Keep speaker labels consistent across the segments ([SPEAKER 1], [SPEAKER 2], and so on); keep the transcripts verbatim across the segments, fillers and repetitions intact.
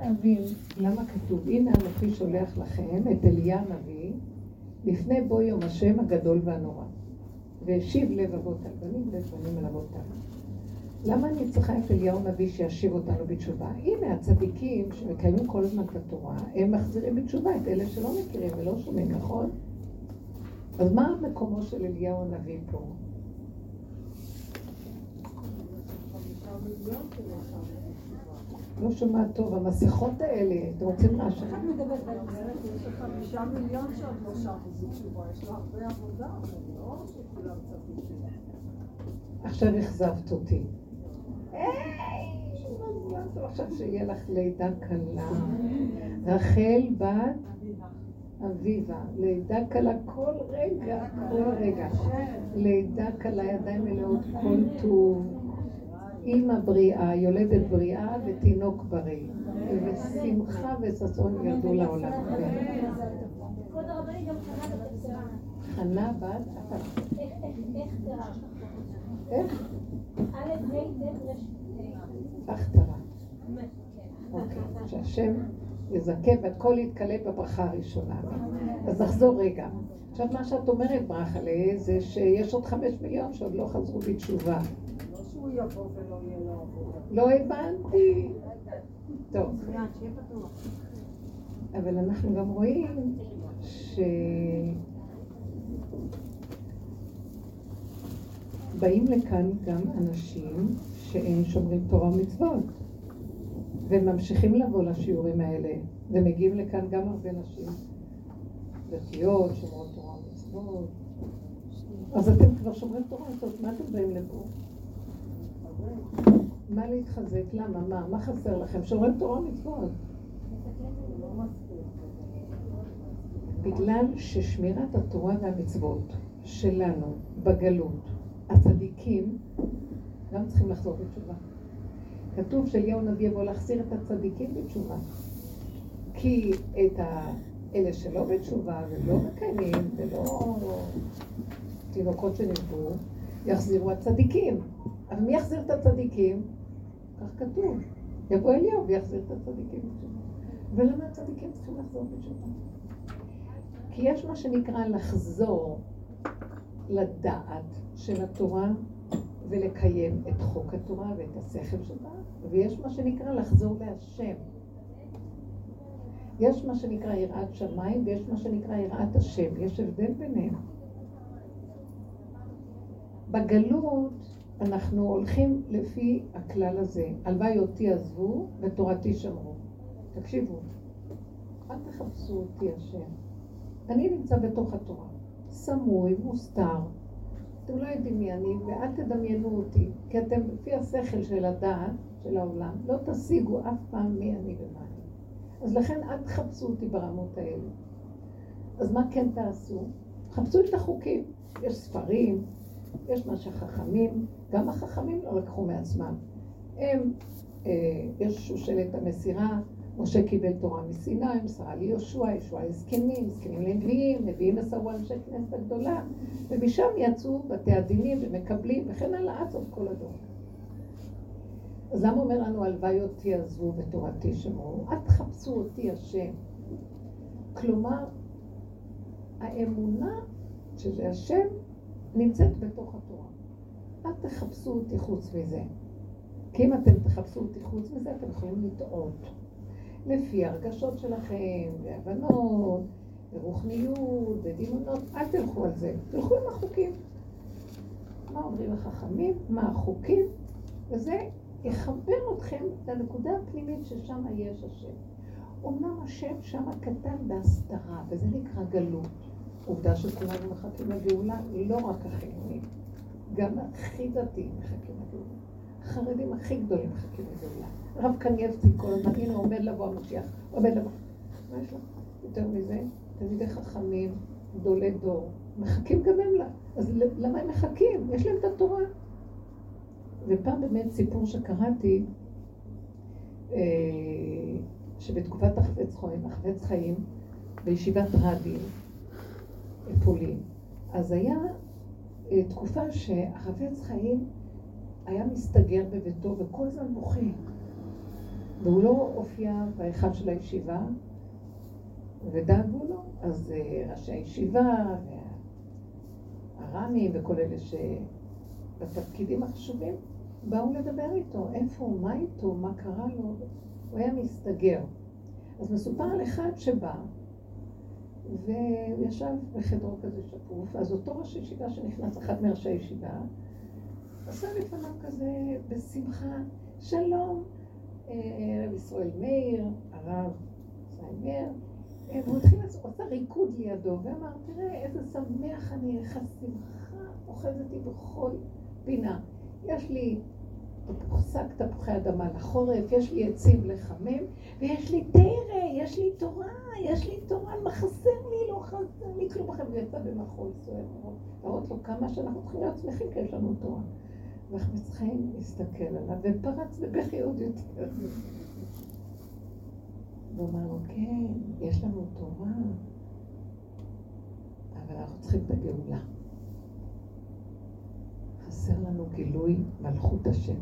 [SPEAKER 1] להבין למה כתוב, הנה אנוכי שולח לכם את אליה הנביא, לפני בוא יום השם הגדול והנורא. והשיב לב אבות על בנים ולב בנים על אבותם. למה אני צריכה את אליהו הנביא שישיב אותנו בתשובה? הנה הצדיקים שמקיימים כל הזמן את התורה, הם מחזירים בתשובה את אלה שלא מכירים ולא שומעים, נכון? אז מה מקומו של אליהו הנביא פה? לא שומע טוב, המסכות האלה, אתם רוצים רעש?
[SPEAKER 2] איך את מדברת בנגזרת? יש לך חמישה מיליון שעות לא שם בתשובה, יש לה הרבה עבודה, לא שכולם צדיקים.
[SPEAKER 1] עכשיו החזבת אותי. היי, עכשיו שיהיה לך לידה קלה. רחל בת אביבה, לידה קלה כל רגע, כל רגע. לידה קלה, ידיים מלאות, כל טוב. אמא בריאה, יולדת בריאה ותינוק בריא. ושמחה וששון ירדו לעולם.
[SPEAKER 3] כבוד הרבנית גם חנה בת אביבה.
[SPEAKER 1] חנה בת אביבה.
[SPEAKER 3] איך תראה?
[SPEAKER 1] איך?
[SPEAKER 3] א' ה' ט' ר'
[SPEAKER 1] הכתרה. אוקיי, שהשם יזכה והכל יתקלה בברכה הראשונה. אז נחזור רגע. עכשיו מה שאת אומרת ברכה לי זה שיש עוד חמש מיליון שעוד לא חזרו בתשובה.
[SPEAKER 2] לא שהוא יבוא ולא יהיה לו עבודה.
[SPEAKER 1] לא הבנתי. טוב. אבל אנחנו גם רואים ש... באים לכאן גם אנשים שהם שומרים תורה ומצוות והם ממשיכים לבוא לשיעורים האלה ומגיעים לכאן גם הרבה נשים דתיות, שומרות תורה ומצוות. אז אתם כבר שומרים תורה ומצוות, מה אתם באים לפה? מה להתחזק? למה? מה? מה חסר לכם? שומרים תורה ומצוות. בגלל ששמירת התורה והמצוות שלנו בגלות הצדיקים גם צריכים לחזור בתשובה. כתוב שאליהו הנביא יבוא להחזיר את הצדיקים בתשובה. כי את האלה שלא בתשובה ולא מקיימים ולא תינוקות שנלבו, יחזירו הצדיקים. אבל מי יחזיר את הצדיקים? כך כתוב. יבוא אליהו ויחזיר את הצדיקים בתשובה. ולמה הצדיקים צריכים לחזור בתשובה? כי יש מה שנקרא לחזור לדעת של התורה ולקיים את חוק התורה ואת השכל שלה, ויש מה שנקרא לחזור להשם. יש מה שנקרא יראת שמיים ויש מה שנקרא יראת השם. יש הבדל ביניהם. בגלות אנחנו הולכים לפי הכלל הזה, הלוואי אותי עזבו ותורתי שמרו. תקשיבו, אל תחפשו אותי השם. אני נמצא בתוך התורה, סמוי, מוסתר. אתם לא יודעים מי אני, ואל תדמיינו אותי, כי אתם לפי השכל של הדעת, של העולם, לא תשיגו אף פעם מי אני ומה אני. אז לכן אל תחפשו אותי ברמות האלה. אז מה כן תעשו? חפשו את החוקים. יש ספרים, יש מה שחכמים, גם החכמים לא לקחו מעצמם. הם, אה, יש שושלת המסירה, משה קיבל תורה מסיני, מסרה לי יהושע, יהושע לזקנים, זקנים לנביאים, נביאים מסרו אנשי כנסת הגדולה, ומשם יצאו בתי הדינים ומקבלים, וכן הלאה עד סוף כל הדור. אז למה אומר לנו, הלוואי אותי עזבו ותורתי שמרו? אל תחפשו אותי השם. כלומר, האמונה שזה השם נמצאת בתוך התורה. אל תחפשו אותי חוץ מזה. כי אם אתם תחפשו אותי חוץ מזה, אתם יכולים לטעות. לפי הרגשות שלכם, והבנות, ורוחניות, ודימונות, אל תלכו על זה. תלכו עם החוקים. מה אומרים החכמים? מה החוקים? וזה יחבר אתכם לנקודה הפנימית ששם יש השם. אומנם השם שם קטן בהסתרה, וזה נקרא גלות. עובדה שכולנו מחכים לגאולה, לא רק החילונים. גם הכי דתיים מחכים לגאולה. החרדים הכי גדולים מחכים לגאולה. הרב קנייבסקי כל הזמן, הנה עומד לבוא המשיח, עומד לבוא. מה יש לך? יותר מזה, תלמידי חכמים, גדולי דור, מחכים גם הם לה. אז למה הם מחכים? יש להם את התורה. ופעם באמת סיפור שקראתי, שבתקופת החפץ חיים, החפץ חיים, בישיבת רבין, פולין, אז היה תקופה שהחפץ חיים היה מסתגר בביתו וכל הזמן בוכה. והוא לא הופיע באחד של הישיבה, ודאגו לו, אז ראשי הישיבה, והר"מים וכל אלה שבתפקידים החשובים, באו לדבר איתו, איפה הוא, מה איתו, מה קרה לו, הוא היה מסתגר. אז מסופר על אחד שבא, והוא ישב בחדרו כזה שפוף, אז אותו ראש ישיבה שנכנס, אחד מראשי הישיבה, עשה לפניו כזה בשמחה, שלום, רב ישראל מאיר, הרב ישראל מאיר, והוא התחיל לעשות, עושה ריקוד לידו, ואמר, תראה איזה שמח אני, איך השמחה אוחזתי בכל פינה. יש לי שק תפוחי אדמה לחורף, יש לי עצים לחמם, ויש לי תרא, יש לי תורה, יש לי תורה, מה חסר לי, לא חסר לי, כלום אחר, ויצא במחול סוער, להראות לו כמה שאנחנו צריכים להיות שמחים, כי יש לנו תורה. ואנחנו צריכים להסתכל עליו, ופרץ בבכי עוד יותר. ואומרנו, כן, יש לנו תורה, אבל אנחנו צריכים את הגאולה. חסר לנו גילוי מלכות השם.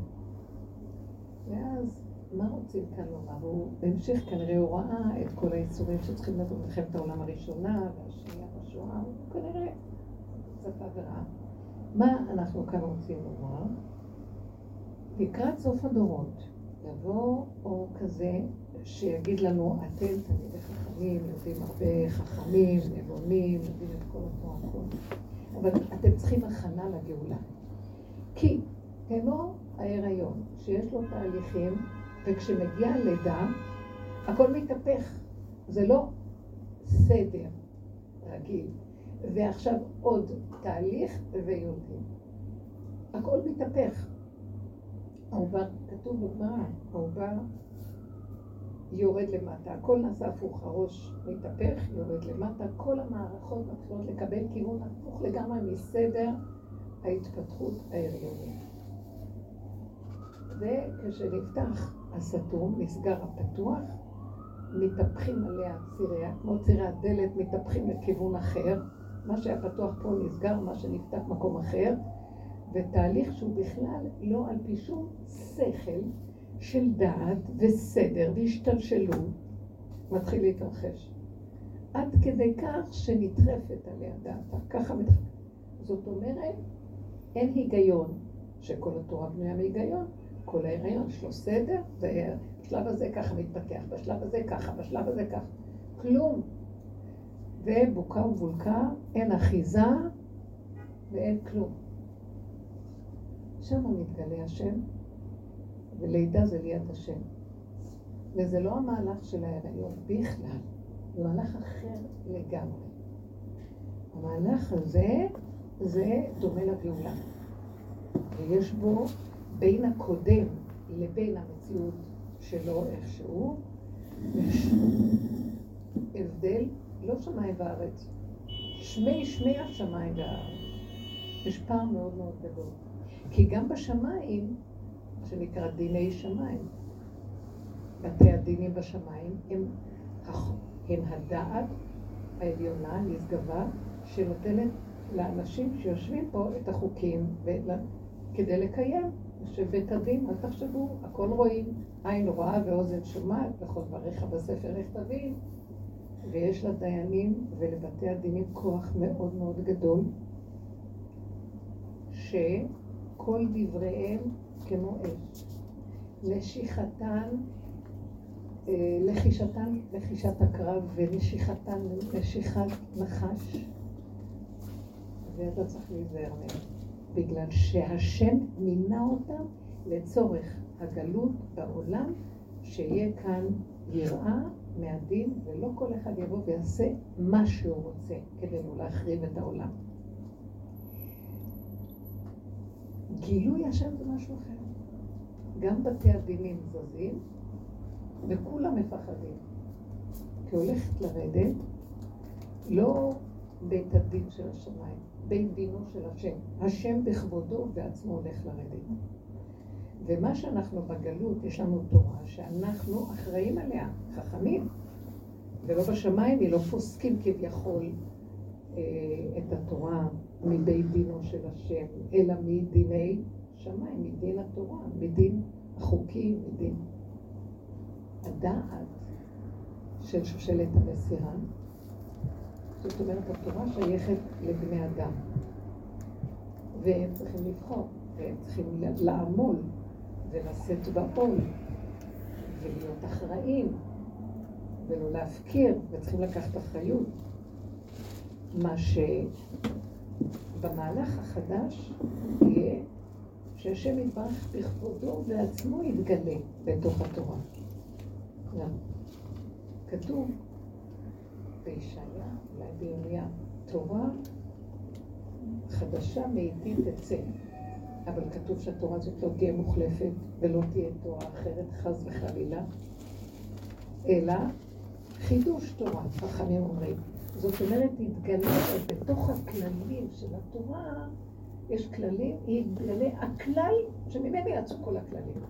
[SPEAKER 1] ואז, מה רוצים כאן לומר? הוא בהמשך כנראה הוא ראה את כל היצורים שצריכים לדון מלחמת העולם הראשונה והשנייה בשואה, הוא כנראה צפה וראה. מה אנחנו כאן רוצים לומר? לקראת סוף הדורות, יבוא אור כזה שיגיד לנו, אתם תלמידי חכמים, יודעים הרבה חכמים, נבונים, יודעים את כל התורה, הכל. אבל אתם צריכים הכנה לגאולה. כי כמו ההיריון, שיש לו תהליכים, וכשמגיע לידה, הכל מתהפך. זה לא סדר רגיל. ועכשיו עוד תהליך ויולדים. הכל מתהפך. העובר, כתוב בגמרא, העובר יורד למטה. הכל נעשה הפוך, הראש מתהפך, יורד למטה. כל המערכות מתחילות לקבל כיוון הפוך לגמרי מסדר ההתפתחות ההריונית. וכשנפתח הסתום, נסגר הפתוח, מתהפכים עליה ציריה, כמו צירי הדלת מתהפכים לכיוון אחר. מה שהיה פתוח פה נסגר, מה שנפתח מקום אחר, ותהליך שהוא בכלל לא על פי שום שכל של דעת וסדר והשתלשלות, מתחיל להתרחש. עד כדי כך שנטרפת עליה דעתה, ככה מתחיל. זאת אומרת, אין היגיון, שכל התורה בנויה מהיגיון, כל ההיריון יש לו סדר, בשלב הזה ככה מתפתח, בשלב הזה ככה, בשלב הזה ככה, כלום. ובוקה ובולקה, אין אחיזה ואין כלום. שם מתגלה השם, ולידה זה ליד השם. וזה לא המהלך של ההיריון בכלל, זה מהלך אחר לגמרי. המהלך הזה, זה דומה לגאולה. ויש בו בין הקודם לבין המציאות שלו איכשהו, יש הבדל, לא שמיים וארץ, שמי שמי השמיים והארץ. יש פער מאוד מאוד גדול. כי גם בשמיים, שנקרא דיני שמיים, בתי הדינים בשמיים, הם, הם הדעת העליונה, נשגבה, שנותנת לאנשים שיושבים פה את החוקים כדי לקיים. שבית הדין, אל תחשבו, הכל רואים, עין רואה ואוזן שומעת, וכל דבריך בספר נכתבים, ויש לדיינים ולבתי הדינים כוח מאוד מאוד גדול, שכל דבריהם כמו אש, נשיכתן, לחישתן, לחישת הקרב, ונשיכתן, נשיכת נחש, ואתה צריך להיזהר מהם. בגלל שהשם מינה אותם לצורך הגלות בעולם, שיהיה כאן יראה מהדין, ולא כל אחד יבוא ויעשה מה שהוא רוצה כדי לא להחריב את העולם. גילוי השם זה משהו אחר. גם בתי הדינים זזים, וכולם מפחדים. כי הולכת לרדת, לא בית הדין של השמיים, בית דינו של השם. השם בכבודו בעצמו הולך לרדת. ומה שאנחנו בגלות, יש לנו תורה שאנחנו אחראים עליה, חכמים. ולא בשמיים, היא לא פוסקים כביכול אה, את התורה מבית דינו של השם, אלא מדיני שמיים, מדין התורה, מדין החוקים, מדין. הדעת של שושלת המסירה, זאת אומרת, התורה שייכת לבני אדם. והם צריכים לבחור, והם צריכים לעמול, ולשאת בעול, ולהיות אחראים, ולא להפקיר, וצריכים לקחת אחריות. מה שבמהלך החדש יהיה שהשם יתברך בכבודו ועצמו יתגלה בתוך התורה. כתוב בישעיה, אולי בירמיה, תורה חדשה מאיתי תצא. אבל כתוב שהתורה הזאת לא תהיה מוחלפת ולא תהיה תורה אחרת, חס וחלילה, אלא חידוש תורה, חכמים אומרים. זאת אומרת, יתגלה בתוך הכללים של התורה, יש כללים, יתגלה הכלל שממנו יצאו כל הכללים.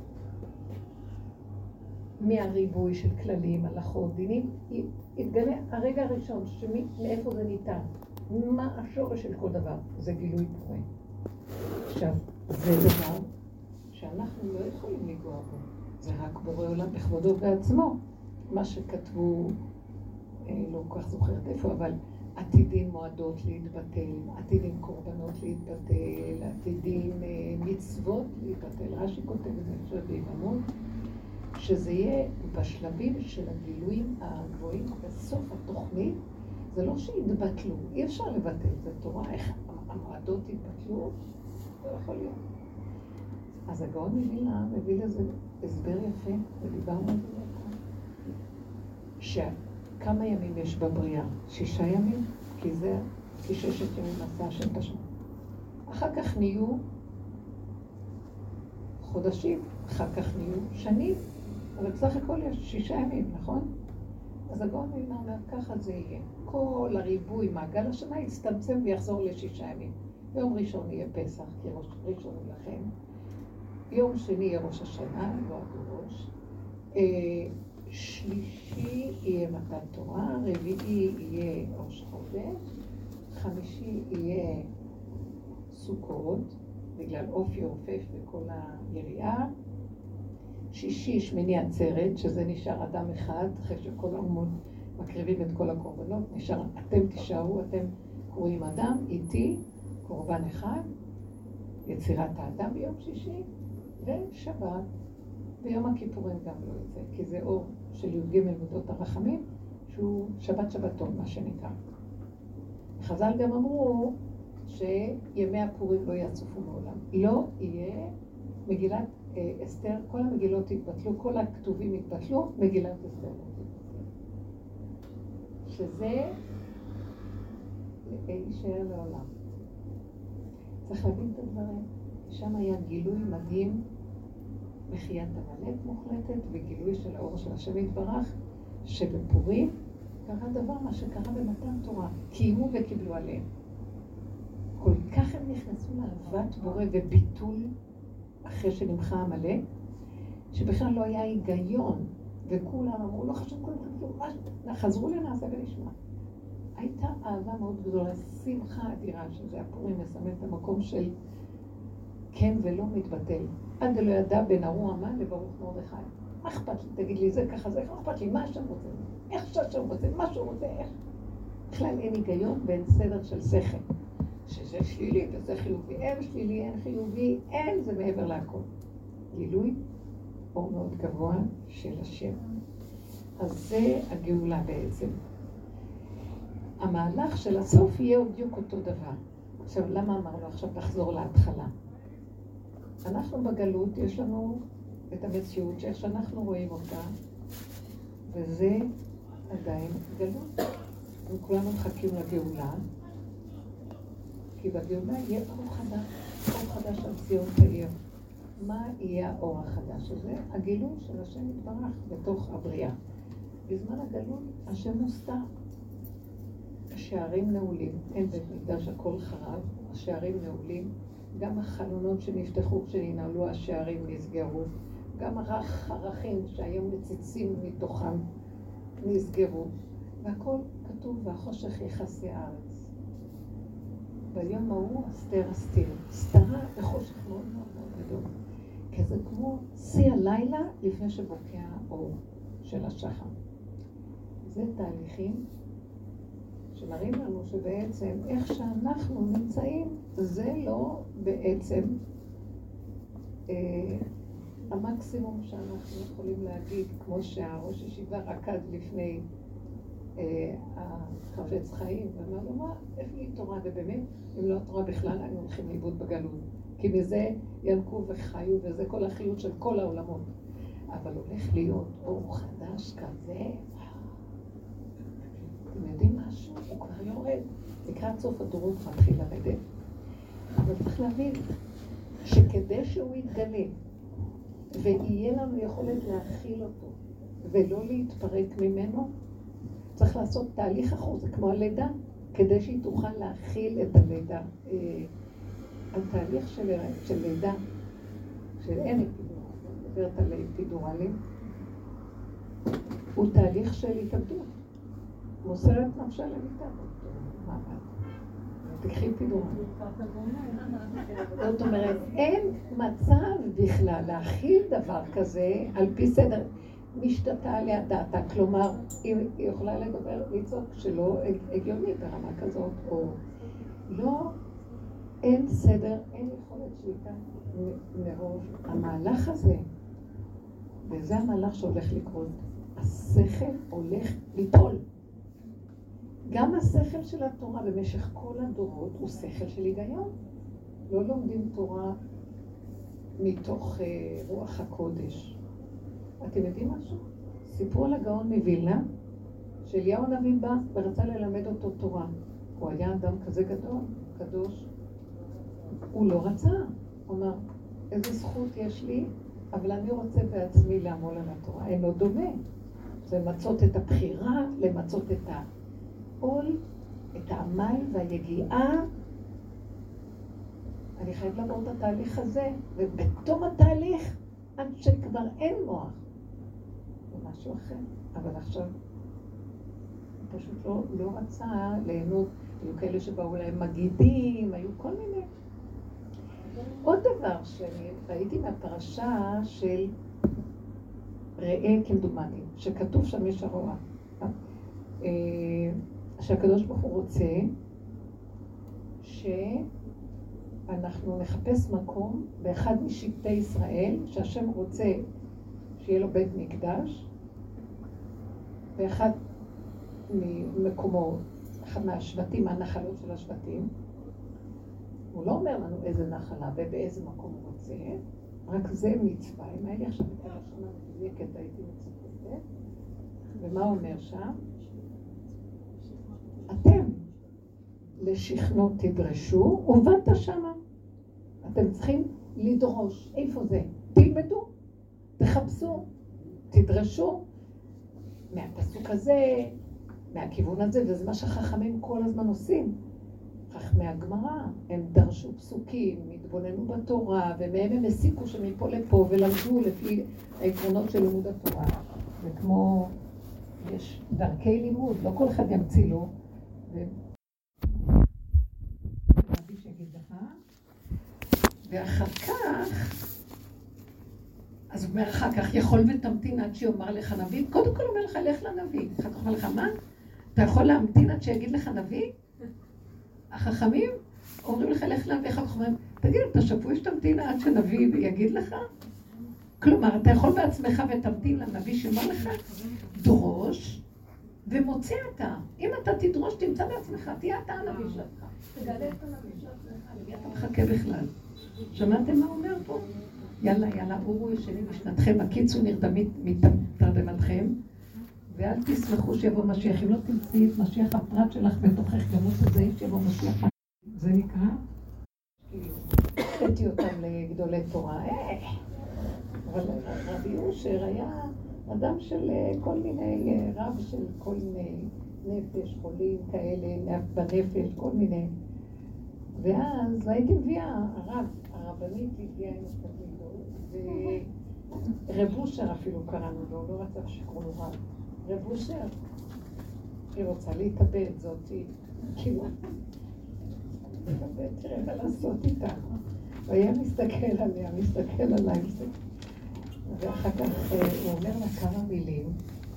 [SPEAKER 1] מהריבוי של כללים, הלכות, דינים, יתגלה הרגע הראשון, מאיפה זה ניתן, מה השורש של כל דבר, זה גילוי פורה. עכשיו, זה דבר שאנחנו לא יכולים לגוע בו, זה רק בורא עולם בכבודו בעצמו. מה שכתבו, לא כל כך זוכרת איפה, אבל עתידים מועדות להתבטל, עתידים קורבנות להתבטל, עתידים מצוות להתבטל. רש"י כותב את זה עכשיו בעיונות, שזה יהיה בשלבים של הגילויים הגבוהים בסוף התוכנית. זה לא שיתבטלו, אי אפשר לבטל, זה תורה, איך המועדות יתבטלו, לא יכול להיות. אז הגאון מווילנה מביא לזה הסבר יפה, ודיברנו על זה יפה. שכמה ימים יש בבריאה? שישה ימים? כי זה, כי ששת ימים עשה השם בשם. אחר כך נהיו חודשים, אחר כך נהיו שנים, אבל בסך הכל יש שישה ימים, נכון? אז הגאון מווילנה אומר, ככה זה יהיה. כל הריבוי מעגל השנה יצטמצם ויחזור לשישה ימים. יום ראשון יהיה פסח, כי ראש ראשון הוא לכם. יום שני יהיה ראש השנה, לא הראש. שלישי יהיה מתן תורה, רביעי יהיה ראש חודש, חמישי יהיה סוכות, בגלל אופי עופף וכל היריעה. שישי שמיני עצרת, שזה נשאר אדם אחד, אחרי שכל האומות מקריבים את כל הקורבנות, נשאר, אתם תישארו, אתם קוראים אדם, איתי, קורבן אחד, יצירת האדם ביום שישי, ושבת, ביום הכיפורים גם לא יוצא, כי זה אור של י"ג מידות הרחמים, שהוא שבת שבתון, מה שנקרא. חז"ל גם אמרו שימי הפורים לא יצופו מעולם. לא יהיה מגילת אסתר, כל המגילות התבטלו, כל הכתובים התבטלו, מגילת אסתר לא תתבטל. שזה יישאר לעולם. צריך להבין את הדברים. שם היה גילוי מדהים, מחיית עמלק מוחלטת, וגילוי של האור של השם יתברך, שבפורים קרה דבר מה שקרה במתן תורה, קיימו וקיבלו עליהם. כל כך הם נכנסו לאהבת בורא וביטול אחרי שנמחה עמלק, שבכלל לא היה היגיון, וכולם אמרו, לא חשוב כולם, חזרו לנעשה ונשמע. הייתה אהבה מאוד גדולה, שמחה אדירה, שזה הפורים מסמל את המקום של כן ולא מתבטל. עד לא ידע בין ארור המן לברוך מרדכי. מה אכפת לי? תגיד לי, זה ככה, זה אכפת לי, מה השם רוצה? איך שהשם רוצה? מה שהוא רוצה? איך? בכלל אין היגיון ואין סדר של שכל. שזה שלילי וזה חיובי. אין שלילי, אין חיובי, אין, זה מעבר להכל. גילוי אור מאוד גבוה של השם. אז זה הגאולה בעצם. המהלך של הסוף יהיה בדיוק אותו דבר. עכשיו, למה אמרנו עכשיו תחזור להתחלה? אנחנו בגלות, יש לנו את המציאות שאיך שאנחנו רואים אותה, וזה עדיין גלות. וכולנו מחכים לגאולה, כי בגאולה יהיה אור חדש, אור חדש על ציון תאיר. מה יהיה האור החדש הזה? הגילוי של השם יתברך בתוך הבריאה. בזמן הגלות השם מוסתר. השערים נעולים, אין בית מקדש, הכל חרב, השערים נעולים, גם החלונות שנפתחו כשננעלו השערים נסגרו, גם הרחים שהיום מציצים מתוכם נסגרו, והכל כתוב והחושך יחסי הארץ. ביום ההוא אסתר אסתיר, סתרה וחושך מאוד מאוד מאוד גדול, כי זה כמו שיא הלילה לפני שבוקע האור. של השחר. זה תהליכים שמראים לנו שבעצם איך שאנחנו נמצאים, זה לא בעצם אה, המקסימום שאנחנו יכולים להגיד, כמו שהראש ישיבה רקד לפני אה, החפץ חיים, ואמר לו, מה, איפה היא תורה? ובאמת, אם לא התורה בכלל, היינו הולכים לאיבוד בגלות. כי מזה ינקו וחיו, וזה כל החיות של כל העולמות. אבל הולך להיות אור חדש כזה, אתם יודעים משהו? הוא כבר יורד. לקראת סוף הדורות מתחיל לרדת. אבל צריך להבין שכדי שהוא יתגלה, ויהיה לנו יכולת להכיל אותו, ולא להתפרק ממנו, צריך לעשות תהליך אחר, זה כמו הלידה, כדי שהיא תוכל להכיל את הלידה. התהליך של, של לידה, של אין אפידורל, מדברת על אפידורלים, הוא תהליך של התאבדות. מוסרת נפשה למיטה. מה מה? תקחי אפידורל. זאת אומרת, אין מצב בכלל להכיל דבר כזה על פי סדר. משתתה עליה דעתה, כלומר, היא יכולה לדבר, לצעוק שלא הגיוני ברמה כזאת, או לא, אין סדר, אין יכולת שליטה מרוב המהלך הזה, וזה המהלך שהולך לקרות. השכל הולך ליפול. גם השכל של התורה במשך כל הדורות הוא שכל של היגיון. לא לומדים תורה מתוך uh, רוח הקודש. אתם יודעים משהו? סיפרו על הגאון מווילנה, שאליהו הנביא בא ורצה ללמד אותו תורה. הוא היה אדם כזה גדול, קדוש. הוא לא רצה. הוא אמר, איזה זכות יש לי, אבל אני רוצה בעצמי לעמול על התורה. אין לו דומה. זה מצות את הבחירה, למצות את העול, את העמל והיגיעה. אני חייב לעבור את התהליך הזה, ובתום התהליך, עד שכבר אין מוח. זה משהו אחר. אבל עכשיו, פשוט לא, לא רצה ליהנות. היו כאלה שבאו להם מגידים, היו כל מיני. עוד דבר שאני ראיתי מהפרשה של ראה כמדומני, שכתוב שם יש הרוע. שהקדוש ברוך הוא רוצה שאנחנו נחפש מקום באחד משבטי ישראל, שהשם רוצה שיהיה לו בית מקדש, באחד ממקומו, אחד מהשבטים, מהנחלות של השבטים. הוא לא אומר לנו איזה נחלה ובאיזה מקום הוא רוצה, רק זה מצווה. אם היה לי עכשיו את הראשונה מדויקת, הייתי מצטטת. ומה הוא אומר שם? אתם לשכנו תדרשו, ובאת שמה. אתם צריכים לדרוש. איפה זה? תלמדו, תחפשו, תדרשו. מהפסוק הזה, מהכיוון הזה, וזה מה שהחכמים כל הזמן עושים. חכמי הגמרא, הם דרשו פסוקים, התבוננו בתורה, ומהם הם הסיקו שמפה לפה, ולמדו לפי העקרונות של לימוד התורה. וכמו, יש דרכי לימוד, לא כל אחד ימציא לו. רבי שיגיד לך, ואחר כך, אז הוא אומר אחר כך, יכול ותמתין עד שיאמר לך נביא? קודם כל אומר לך, לך לנביא. אחר כך אומר לך, מה? אתה יכול להמתין עד שיגיד לך נביא? החכמים אומרים לך, לך לנביא. אחר כך אומרים, תגיד, אתה שבוי שתמתין עד שנביא ויגיד לך? כלומר, אתה יכול בעצמך ותמתין לנביא שאומר לך, דרוש ומוצא אתה. אם אתה תדרוש, תמצא בעצמך, תהיה אתה הנביא שלך. תגלה את הנביא שלך, למי אתה מחכה בכלל. שמעתם מה הוא אומר פה? יאללה, יאללה, אורו ישני בשנתכם, הקיצו נרדמית מתרדמתכם, ואל תשמחו שיבוא משיח. אם לא תמצאי את משיח הפרט שלך בתוכך, גם לא תזהי שיבוא משיח. זה נקרא? הבאתי אותם לגדולי תורה. אבל רבי אושר היה אדם של כל מיני, רב של כל מיני נפש, חולים כאלה, בנפש, כל מיני. ואז הייתי מביאה, הרב, הרבנית הביאה עם התלמידות, ורב אושר אפילו קראנו לו, לא רצה שקראו רב. רב אושר, היא רוצה להתאבד, זאתי, כאילו, תראה מה לעשות איתה. והיה מסתכל עליה, מסתכל עליי, ואחר כך הוא אומר לה כמה מילים,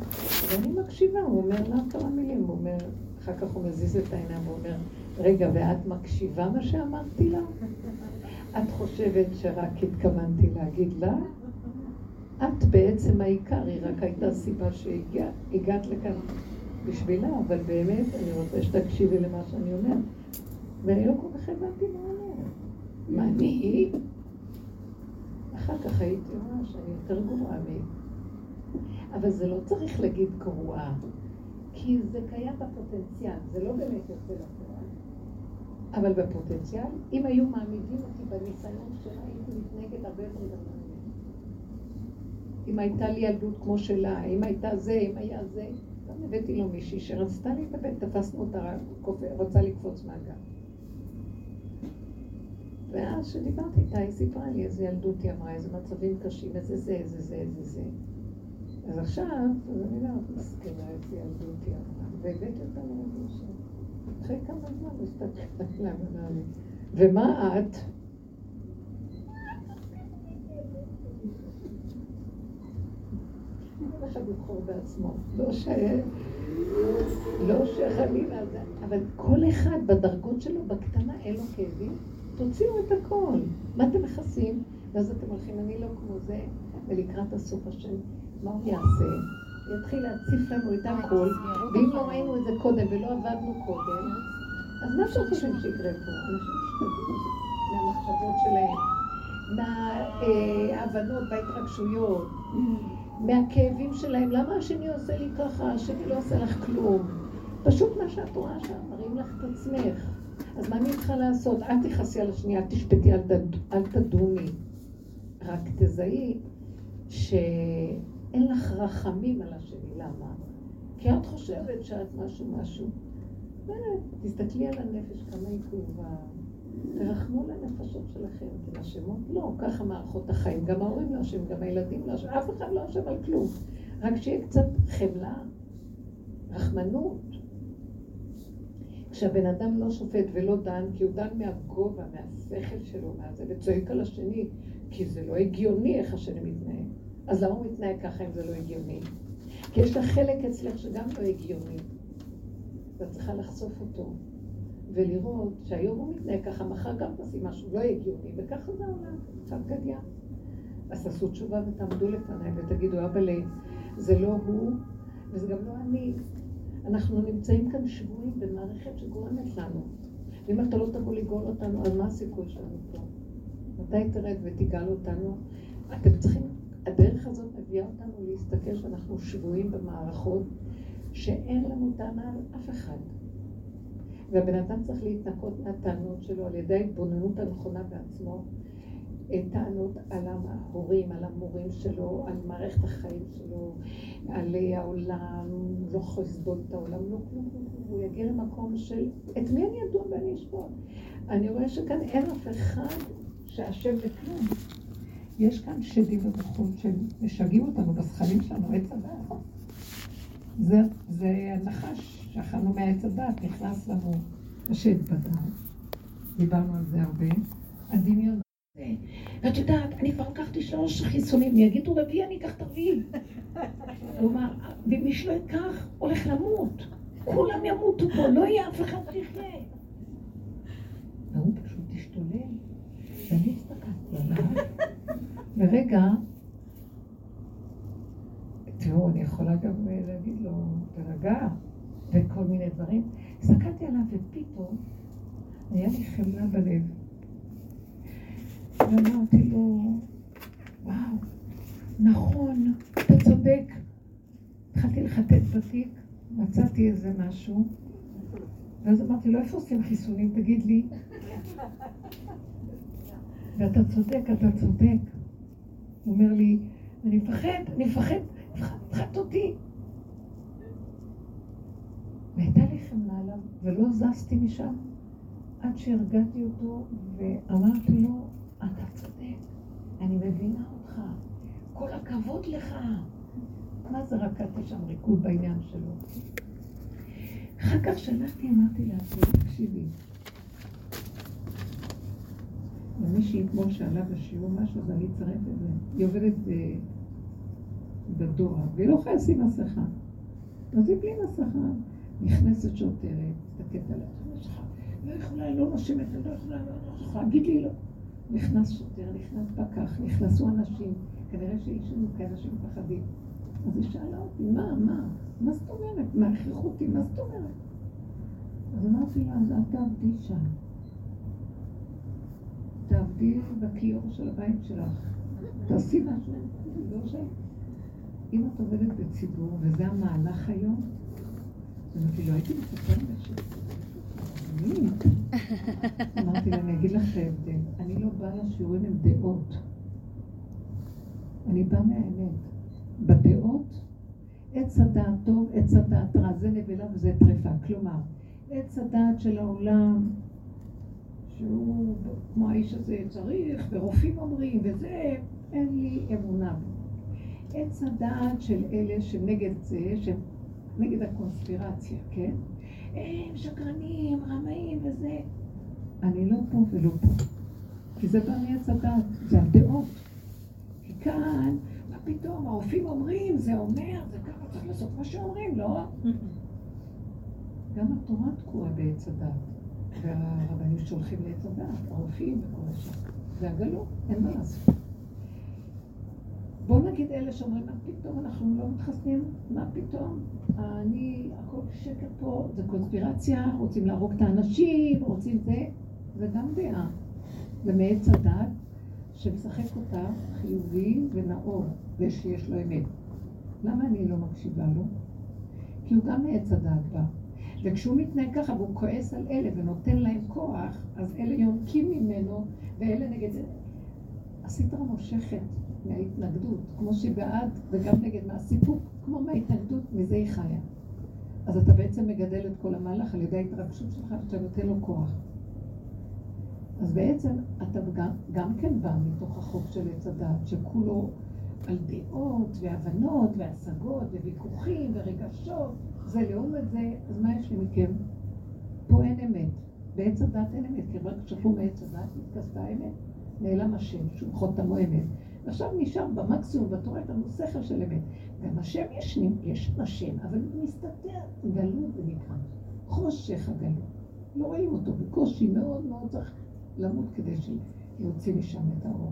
[SPEAKER 1] מקשיבה, הוא אומר לה כמה מילים, הוא אומר, אחר כך הוא מזיז את העיניים, הוא אומר, רגע, ואת מקשיבה מה שאמרתי לה? את חושבת שרק התכוונתי להגיד לה? את בעצם העיקר, היא רק הייתה סיבה שהגעת לכאן בשבילה, אבל באמת אני רוצה שתקשיבי למה שאני אומרת. ואני לא כל כך הבנתי מה אומר. מה אני? אחר כך הייתי רואה שאני יותר גרועה מי. אבל זה לא צריך להגיד גרועה, כי זה קיים בפוטנציאל, זה לא באמת יוצא לפועל. אבל בפוטנציאל, אם היו מעמידים אותי בניסיון שלה, הייתי מתנהגת הרבה יותר גדולה. אם הייתה לי ילדות כמו שלה, אם הייתה זה, אם היה זה, גם הבאתי לו מישהי שרצתה להתאבד, תפסנו אותה, רוצה לקפוץ מהגן. ואז שדיברתי איתה, היא סיפרה לי איזה ילדות היא אמרה, איזה מצבים קשים, איזה זה, איזה זה, איזה זה. אז עכשיו, אז אני לא מסכימה איזה ילדות היא אמרה, והבאתי אותה לרבי שם. אחרי כמה זמן מסתכלת לה ואמרה לי, ומה את? כל אחד לבחור בעצמו, לא ש... לא שחלילה, אבל כל אחד בדרגות שלו, בקטנה, אין לו כאבים, תוציאו את הכל. מה אתם מכסים? ואז אתם הולכים, אני לא כמו זה, ולקראת הסוף השם, מה הוא יעשה? יתחיל להציף לנו את הכל, ואם לא ראינו את זה קודם ולא עבדנו קודם, אז מה שאתם חושבים שיקרה פה? אנשים ישתגעו מהמחשבות שלהם, מההבנות, בהתרגשויות, מהכאבים שלהם. למה השני עושה לי ככה? השני לא עושה לך כלום. פשוט מה שאת רואה שם, מראים לך את עצמך. אז מה אני צריכה לעשות? אל תכעסי על השנייה, תשפטי, אל, תד... אל תדומי. רק תזהי שאין לך רחמים על השני. למה? כי את חושבת שאת משהו משהו. באמת, תסתכלי על הנפש, כמה היא כאובה. תרחמו לנפשות שלכם, אתם אשמות? לא, ככה מערכות החיים. גם ההורים לא אשמים, גם הילדים לא אשמים. אף אחד לא אשם על כלום. רק שיהיה קצת חמלה, רחמנות. כשהבן אדם לא שופט ולא דן, כי הוא דן מהגובה, מהשכל שלו, מהזה, וצועק על השני, כי זה לא הגיוני איך השני מתנהג. אז למה הוא מתנהג ככה אם זה לא הגיוני? כי יש לך חלק אצלך שגם לא הגיוני. אתה צריכה לחשוף אותו, ולראות שהיום הוא מתנהג ככה, מחר גם תעשי משהו לא הגיוני, וככה זה העולם, צד גדיה. אז תעשו תשובה ותעמדו לפניי ותגידו, אבא לי, זה לא הוא, וזה גם לא אני. אנחנו נמצאים כאן שבועים במערכת שגורמת לנו. ואם אתה לא תבוא לגאול אותנו, אז מה הסיכוי שלנו פה? מתי תרד ותגאל אותנו? אתם צריכים, הדרך הזאת מביאה אותנו להסתכל שאנחנו שבועים במערכות שאין לנו טענה על אף אחד. והבן אדם צריך להתנקות מהטענות שלו על ידי ההתבוננות הנכונה בעצמו, טענות על ההורים, על המורים שלו, על מערכת החיים שלו, על העולם, לא יכול לסבול את העולם, לא כלום, הוא יגיע למקום של את מי אני אדון ואני אשפוט. אני רואה שכאן אין אף אחד שאשם לכלום. יש כאן שדים ובחור שמשגעים אותנו בשכלים שלנו, עץ הדעת. זה, זה הנחש שאכלנו מהעץ הדעת, נכנס לנו השד בדעת. דיברנו על זה הרבה. הדמיון. ואת יודעת, אני כבר לקחתי שלוש חיסונים, יגידו רביעי, אני אקח את הרביעי. כלומר, ומי שלא יקח, הולך למות. כולם ימותו פה, לא יהיה אף אחד שיחיה. והוא פשוט השתולל. ואני הסתכלתי עליו. ורגע, תראו, אני יכולה גם להגיד לו, תרגע, וכל מיני דברים. הסתכלתי עליו ופתאום היה לי חמלה בלב. ואמרתי לו, וואו, נכון, אתה צודק. התחלתי לחטט בתיק, מצאתי איזה משהו, ואז אמרתי לו, איפה עושים חיסונים? תגיד לי. ואתה צודק, אתה צודק. הוא אומר לי, אני מפחד, אני מפחד, מפחד אותי. והייתה לי חמלה עליו, ולא זזתי משם, עד שהרגעתי אותו, ואמרתי לו, אתה צודק, אני מבינה אותך, כל הכבוד לך. מה זה רקעתי שם ריקוד בעניין שלו? אחר כך שלחתי, אמרתי לעצמי, תקשיבי. ומישהי כמו שעלה בשיעור משהו, אז אני אצרף את זה. היא עובדת בדואר, והיא לא יכולה לשים מסכה. אז היא בלי מסכה, נכנסת שוטרת, מסתכלת עליה, לא יכולה, לא נושמת, לא יכולה, לא יכולה, גיד לי לא. נכנס שוטר, נכנס פקח, נכנסו אנשים, כנראה שישנו כאלה שמפחדים. אז היא שאלה אותי, מה, מה? מה זאת אומרת? מה הכריחו אותי? מה זאת אומרת? אז אמרתי לה, אז את תעבדי שם. תעבדי בכיור של הבית שלך. תעשי משהו. לא שם. אם את עובדת בציבור, וזה המהלך היום, אז אמרתי, לא הייתי מספר משהו. אני? אמרתי לה, אני אגיד לך את ההבדל. אני לא באה לשיעורים עם דעות. אני באה מהאמת. בדעות, עץ הדעת טוב, עץ הדעת רע, זה נבלה וזה טרפה. כלומר, עץ הדעת של העולם, שהוא כמו האיש הזה צריך, ורופאים אומרים, וזה, אין לי אמונה בו. עץ הדעת של אלה שנגד זה, שנגד הקונספירציה, כן? הם שקרנים, רמאים וזה. אני לא פה ולא פה. כי זה בא מעץ הדעת, זה הדעות. כי כאן, מה פתאום, הרופאים אומרים, זה אומר, זה ככה, צריך לעשות מה שאומרים, לא? גם התורה תקועה בעץ הדעת. והרבנים שולחים לעץ הדעת, הרופאים וכל השאר. זה הגלות, אין מה לעשות. בואו נגיד אלה שאומרים, מה פתאום, אנחנו לא מתחסנים, מה פתאום? אני, הכל שקר פה, זה קונספירציה, רוצים להרוג את האנשים, רוצים זה, זה גם דעה. זה מעץ הדעת שמשחק אותה חיובי ונאור, ושיש לו אמת. למה אני לא מקשיבה לו? כי הוא גם מעץ הדעת בא. וכשהוא מתנהג ככה והוא כועס על אלה ונותן להם כוח, אז אלה יונקים ממנו ואלה נגד זה. הסדרה מושכת מההתנגדות, כמו שבעד וגם נגד מהסיפוק, כמו מההתנגדות, מזה היא חיה. אז אתה בעצם מגדל את כל המהלך על ידי ההתרגשות שלך שאתה נותן לו כוח. אז בעצם אתה גם, גם כן בא מתוך החוק של עץ הדעת, שכולו על דעות והבנות והשגות וויכוחים ורגשות, זה לעומת זה, אז מה יש לי מכם? פה אין אמת. בעץ הדעת אין אמת, כי רק כשפו מעץ הדעת מתכסתה האמת, נעלם השם, שהוא חותמו אמת. ועכשיו נשאר במקסימום בתורה את הנושא של אמת. גם השם יש, יש השם, אבל הוא מסתתר, גלות זה נקרא. חושך הגלות. לא רואים אותו בקושי, מאוד מאוד צריך למות כדי שיוציא משם את האור.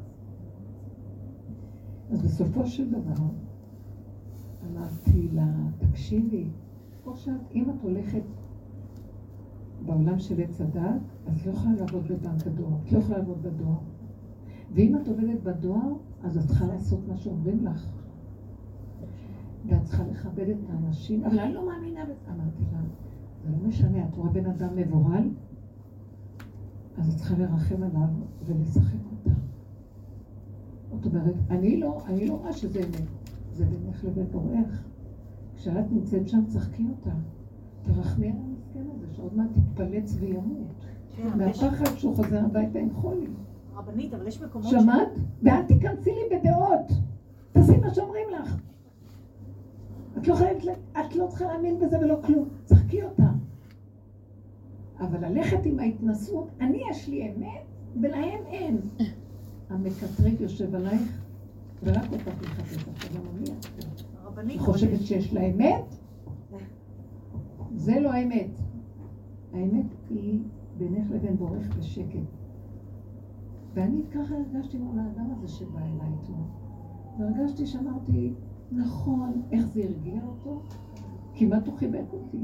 [SPEAKER 1] אז בסופו של דבר, אמרתי לה, תקשיבי, או שאת, אם את הולכת בעולם של עץ הדעת, אז לא יכולה לעבוד בבנק הדואר, את לא יכולה לעבוד בדואר. ואם את עובדת בדואר, אז את צריכה לעשות מה שאומרים לך. ואת צריכה לכבד את האנשים, אבל אני לא מאמינה בזה. אמרתי לה, זה לא משנה, את רואה בן אדם מבוהל, אז את צריכה לרחם עליו ולשחק אותה. זאת אומרת, אני לא, אני לא רואה שזה אמת. זה בינך לבין בורך. כשאת נמצאת שם, צחקי אותה. תרחמי על המסכן הזה, שעוד מעט תתפלץ וימות. מהפחד שהוא חוזר הביתה עם חולי.
[SPEAKER 4] רבנית, אבל יש מקומות...
[SPEAKER 1] שמעת? ואל תיכנסי לי בדעות. תעשי מה שאומרים לך. את לא חייבת, את לא צריכה להאמין בזה ולא כלום. צחקי אותה. אבל ללכת עם ההתנסות, אני יש לי אמת, ולהם אין. המקטרג יושב עלייך, ורק אותך לחפש, עכשיו לא מגיע. היא חושבת שיש לה אמת? זה לא האמת. האמת היא בינך לבין בורך בשקט. ואני ככה הרגשתי מול האדם הזה שבא אליי אתמול. והרגשתי שאמרתי, נכון, איך זה הרגיע אותו? כמעט הוא חיבק אותי.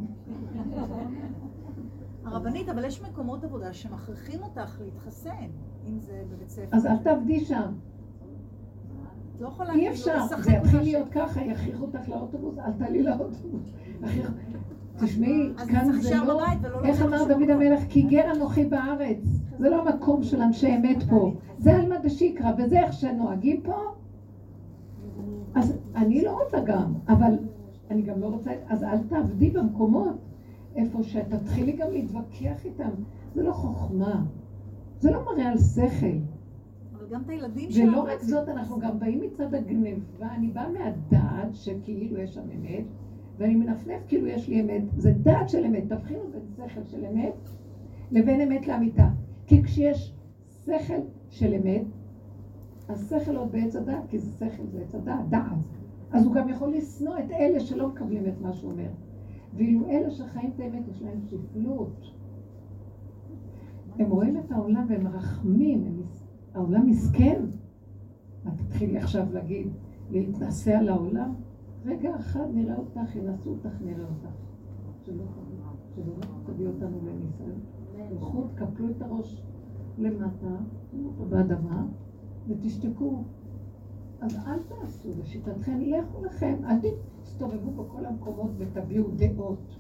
[SPEAKER 4] הרבנית, אבל יש מקומות עבודה שמכריחים אותך להתחסן, אם זה בבית ספר.
[SPEAKER 1] אז אל תעבדי שם.
[SPEAKER 4] לא יכולה
[SPEAKER 1] אי אפשר, זה יתחיל להיות ככה, יכריחו אותך לאוטובוס, אל תעלי לאוטובוס. תשמעי, כאן זה לא, איך אמר דוד המלך, כי גר אנוכי בארץ. זה לא המקום של אנשי אמת פה. זה על מה דשיקרא, וזה איך שנוהגים פה. אז אני לא רוצה גם, אבל אני גם לא רוצה, אז אל תעבדי במקומות. איפה שאתה תתחילי גם להתווכח איתם. זה לא חוכמה. זה לא מראה על שכל.
[SPEAKER 4] אבל גם את הילדים שלנו.
[SPEAKER 1] ולא רק זאת, אנחנו גם באים מצד הגניבה. אני באה מהדעת שכאילו יש שם אמת, ואני מנפנף כאילו יש לי אמת. זה דעת של אמת. תבחינו בין שכל של אמת לבין אמת לאמיתה. כי כשיש שכל של אמת, אז שכל עוד בעץ הדעת, כי זה שכל, זה עץ הדעת, דעת. אז הוא גם יכול לשנוא את אלה שלא מקבלים את מה שהוא אומר. ואילו אלה שחיים את האמת יש להם שפלות. הם רואים את העולם והם מרחמים, הם... העולם מסכן. מה תתחילי עכשיו להגיד, להתנסה על העולם? רגע אחד נראה אותך, ינסו אותך, נראה אותך. שלא שלא תביא אותנו לניסיון. תלכו, תקפלו את הראש למטה, באדמה, ותשתקו. אז אל תעשו בשיטתכם, לכו לכם, אל תסתובבו בכל המקומות ותביאו דעות.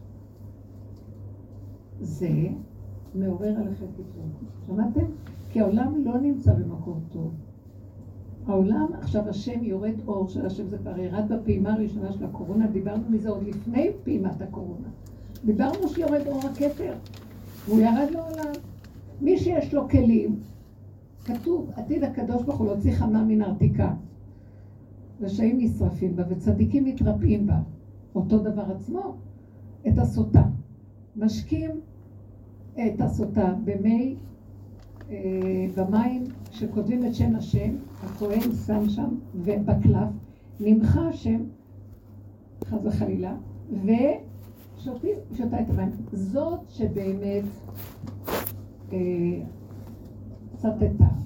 [SPEAKER 1] זה מעורר עליכם פתאום. שמעתם? כי העולם לא נמצא במקום טוב. העולם, עכשיו השם יורד אור של השם, זה כבר ירד בפעימה הראשונה של הקורונה, דיברנו מזה עוד לפני פעימת הקורונה. דיברנו שיורד אור הכתר, והוא ירד לעולם. מי שיש לו כלים, כתוב, עתיד הקדוש ברוך הוא להוציא חמה מן ארתיקה. רשעים נשרפים בה וצדיקים מתרפאים בה. אותו דבר עצמו, את הסוטה. משקים את הסוטה במי, אה, במים שכותבים את שם השם, הכהן שם שם, ובקלף, נמחה השם, חס וחלילה, ושותים, שותה את המים. זאת שבאמת אה, סטטה.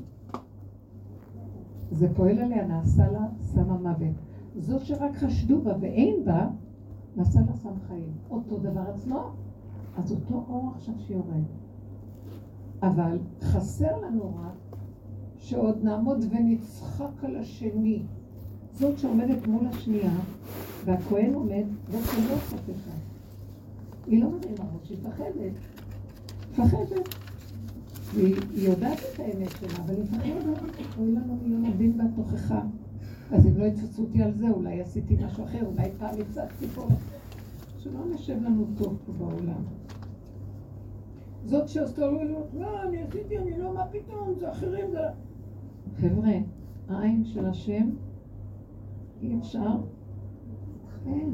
[SPEAKER 1] זה פועל עליה, נעשה לה סם המוות. זאת שרק חשדו בה ואין בה, נעשה לה סם חיים. אותו דבר עצמו, אז אותו אור עכשיו שיורד. אבל חסר לנו רק שעוד נעמוד ונצחק על השני. זאת שעומדת מול השנייה, והכהן עומד, זאת שלא חפפה. היא לא מרימה ראש, היא מפחדת. מפחדת. והיא יודעת את האמת שלה, אבל היא מפחדת. אוי לנו מיום עומדים בתוכחה. אז אם לא יתפסו אותי על זה, אולי עשיתי משהו אחר, אולי פעם הצעתי פה. שלא נשב לנו טוב פה בעולם. זאת שעשתה לו, לא, אני עשיתי, אני לא, מה פתאום, זה אחרים, זה... חבר'ה, העין של השם, אי אפשר, אין.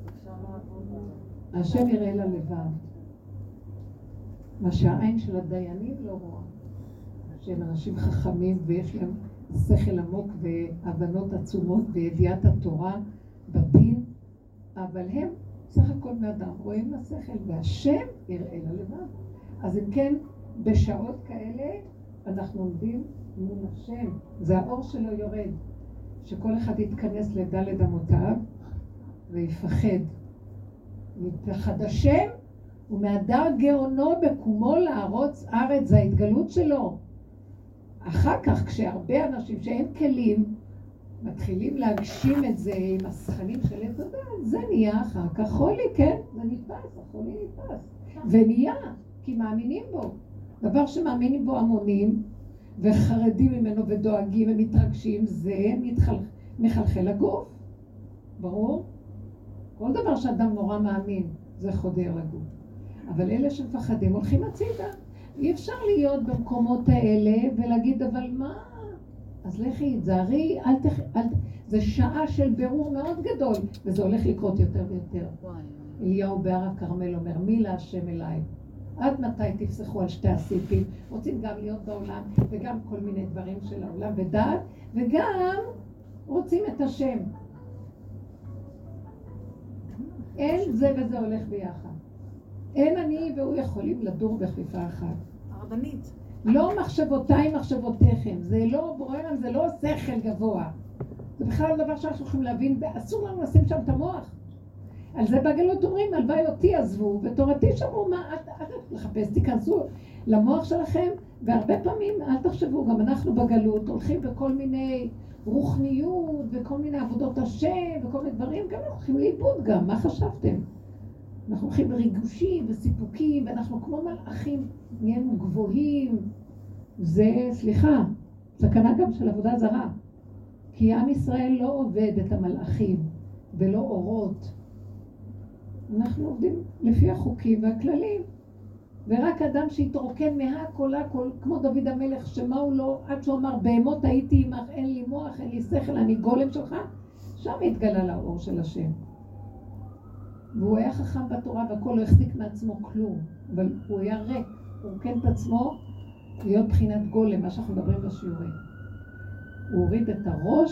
[SPEAKER 1] השם יראה לה לבד. מה שהעין של הדיינים לא רואה. שהם אנשים חכמים ויש להם שכל עמוק והבנות עצומות וידיעת התורה בדין, אבל הם סך הכל מאדם רואים לשכל והשם יראה לה לבד. אז אם כן, בשעות כאלה אנחנו עומדים מול השם. זה האור שלו יורד. שכל אחד יתכנס לדלת אמותיו ויפחד. מפחד השם ומהדר גאונו בקומו לארוץ ארץ, זה ההתגלות שלו. אחר כך כשהרבה אנשים שאין כלים מתחילים להגשים את זה עם השכלים של את הדעת, זה נהיה אחר כך חולי, כן? זה נתפס, החולי נתפס. ונהיה, כי מאמינים בו. דבר שמאמינים בו המונים וחרדים ממנו ודואגים ומתרגשים, זה מתחל... מחלחל לגוף. ברור? כל דבר שאדם נורא מאמין, זה חודר לגוף. אבל אלה שמפחדים הולכים הצידה. אי אפשר להיות במקומות האלה ולהגיד, אבל מה? אז לכי, תזהרי, אל תח... אל... זה שעה של בירור מאוד גדול, וזה הולך לקרות יותר ויותר. אליהו בהר הכרמל אומר, מי להשם אליי? עד מתי תפסחו על שתי הסיפים? רוצים גם להיות בעולם, וגם כל מיני דברים של העולם ודעת, וגם רוצים את השם. אין זה וזה הולך ביחד. אין אני והוא יכולים לדור בכפיפה אחת.
[SPEAKER 4] הרבנית.
[SPEAKER 1] לא מחשבותיי מחשבותיכם, זה לא בוררם, זה לא שכל גבוה. זה בכלל דבר שאנחנו יכולים להבין, ואסור לנו לשים שם את המוח. על זה בגלות אומרים, הלוואי אותי עזבו, ותורתי שמרו, מה, אל תחפש, תיכנסו למוח שלכם, והרבה פעמים, אל תחשבו, גם אנחנו בגלות הולכים בכל מיני רוחניות, וכל מיני עבודות השם, וכל מיני דברים, גם אנחנו הולכים לאיבוד גם, מה חשבתם? אנחנו הולכים בריגושים וסיפוקים, ואנחנו כמו מלאכים, נהיינו גבוהים. זה, סליחה, סכנה גם של עבודה זרה. כי עם ישראל לא עובד את המלאכים, ולא אורות. אנחנו עובדים לפי החוקים והכללים. ורק אדם שהתרוקן מהכל הכל, כמו דוד המלך, שמה הוא לא, עד שהוא אמר, בהמות הייתי עמך, אין לי מוח, אין לי שכל, אני גולם שלך, שם התגלה לאור של השם. והוא היה חכם בתורה והכל לא החזיק מעצמו כלום, אבל הוא היה ריק, הוא רוקן את עצמו להיות בחינת גולם, מה שאנחנו מדברים בשיעורים. הוא הוריד את הראש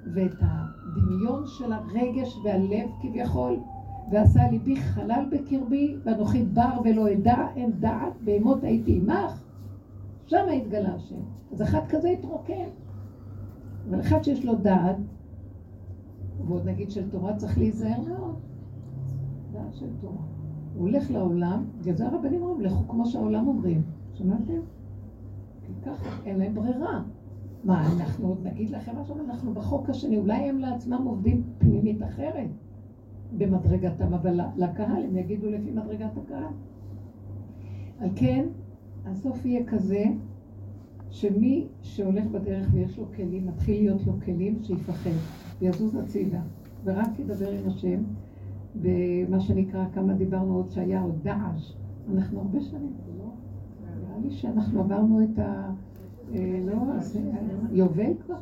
[SPEAKER 1] ואת הדמיון של הרגש והלב כביכול, ועשה ליבי חלל בקרבי, ואנוכי בר ולא אדע, אין דעת, בהמות הייתי עמך, שם התגלה השם. אז אחד כזה התרוקן. אבל אחד שיש לו דעת, ועוד נגיד של תורה צריך להיזהר מאוד. דעת של תורה. הוא הולך לעולם, בגלל זה הרבנים אומרים, לכו כמו שהעולם אומרים. שמעתם? כי ככה, אין להם ברירה. מה, אנחנו עוד נגיד לכם משהו? אנחנו בחוק השני, אולי הם לעצמם עובדים פנימית אחרת במדרגתם, אבל לקהל הם יגידו לפי מדרגת הקהל. על כן, הסוף יהיה כזה, שמי שהולך בדרך ויש לו כלים, מתחיל להיות לו כלים שיפחד, ויזוז הצידה, ורק ידבר עם השם, במה שנקרא, כמה דיברנו עוד שהיה עוד דעש. אנחנו הרבה שנים, לא? נראה לי שאנחנו עברנו את ה... לא, יובל כבר?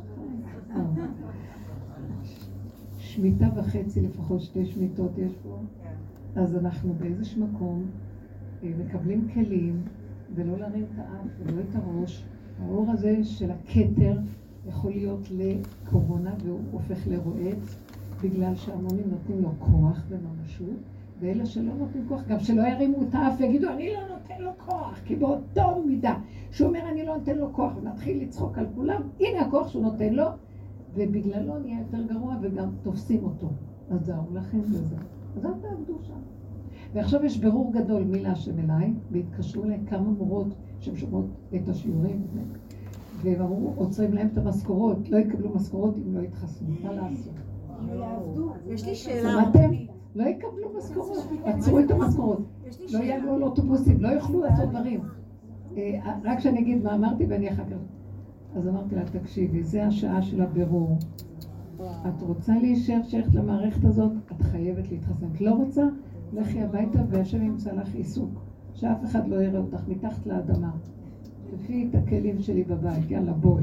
[SPEAKER 1] שמיטה וחצי, לפחות שתי שמיטות יש פה. אז אנחנו באיזשהו מקום מקבלים כלים, ולא להרים את האף ולא את הראש. האור הזה של הכתר יכול להיות לקורונה, והוא הופך לרועץ, בגלל שהמונים נותנים לו כוח וממשות, ואלה שלא נותנים כוח, גם שלא ירימו את האף ויגידו, אני לא נותן לו כוח, כי באותו מידה, שהוא אומר, אני לא נותן לו כוח, ונתחיל לצחוק על כולם, הנה הכוח שהוא נותן לו, ובגללו נהיה יותר גרוע, וגם תופסים אותו. אז זהו לכם וזה. אז אל תעבדו שם. ועכשיו יש ברור גדול מי להשם אליי, והתקשרו אליי כמה מורות שהן שומעות את השיעורים, והם אמרו, עוצרים להם את המשכורות, לא יקבלו משכורות אם לא יתחסנו, מה לעשות?
[SPEAKER 4] יש לי שאלה.
[SPEAKER 1] שמעתם? לא יקבלו משכורות, עצרו את המשכורות, לא יעלו על אוטובוסים, לא יוכלו לעשות דברים. רק שאני אגיד מה אמרתי ואני אחר כך. אז אמרתי לה, תקשיבי, זה השעה של הבירור. את רוצה להישאר שייכת למערכת הזאת, את חייבת להתחסן. את לא רוצה? לכי הביתה והשם ימצא לך עיסוק, שאף אחד לא יראה אותך מתחת לאדמה. תפי את הכלים שלי בבית, יאללה בואי.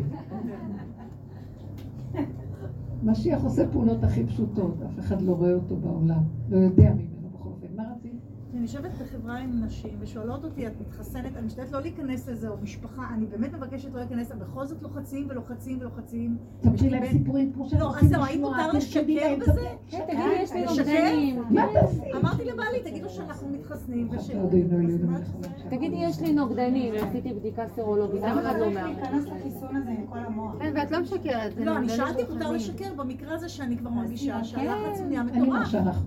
[SPEAKER 1] משיח עושה פעולות הכי פשוטות, אף אחד לא רואה אותו בעולם, לא יודע ממנו בכל אופן. מה רצית?
[SPEAKER 4] אני יושבת בחברה עם נשים ושואלות אותי, את מתחסנת, אני משתדלת לא להיכנס לזה, או משפחה, אני באמת מבקשת לא להיכנס, בכל זאת לוחצים ולוחצים ולוחצים.
[SPEAKER 1] תמשיך להם סיפורים כמו שאתם
[SPEAKER 4] רוצים לשמוע. לא, אז זהו, האם מותר לשקר בזה?
[SPEAKER 3] תגידי, יש לי נוגדנים.
[SPEAKER 1] מה תעשי?
[SPEAKER 4] אמרתי לבעלי, תגידו שאנחנו מתחסנים ושאלה.
[SPEAKER 3] תגידי, יש לי נוגדנים, עשיתי בדיקה סרולוגית, אף אחד לא מעט.
[SPEAKER 2] להיכנס לחיסון הזה עם כל המוח.
[SPEAKER 3] כן, ואת לא משקרת.
[SPEAKER 4] לא, אני שאלתי מותר לשקר במקרה הזה שאני כבר מרגישה שהלחץ נהיה
[SPEAKER 1] אני
[SPEAKER 4] מטורף.
[SPEAKER 1] מרשה לך.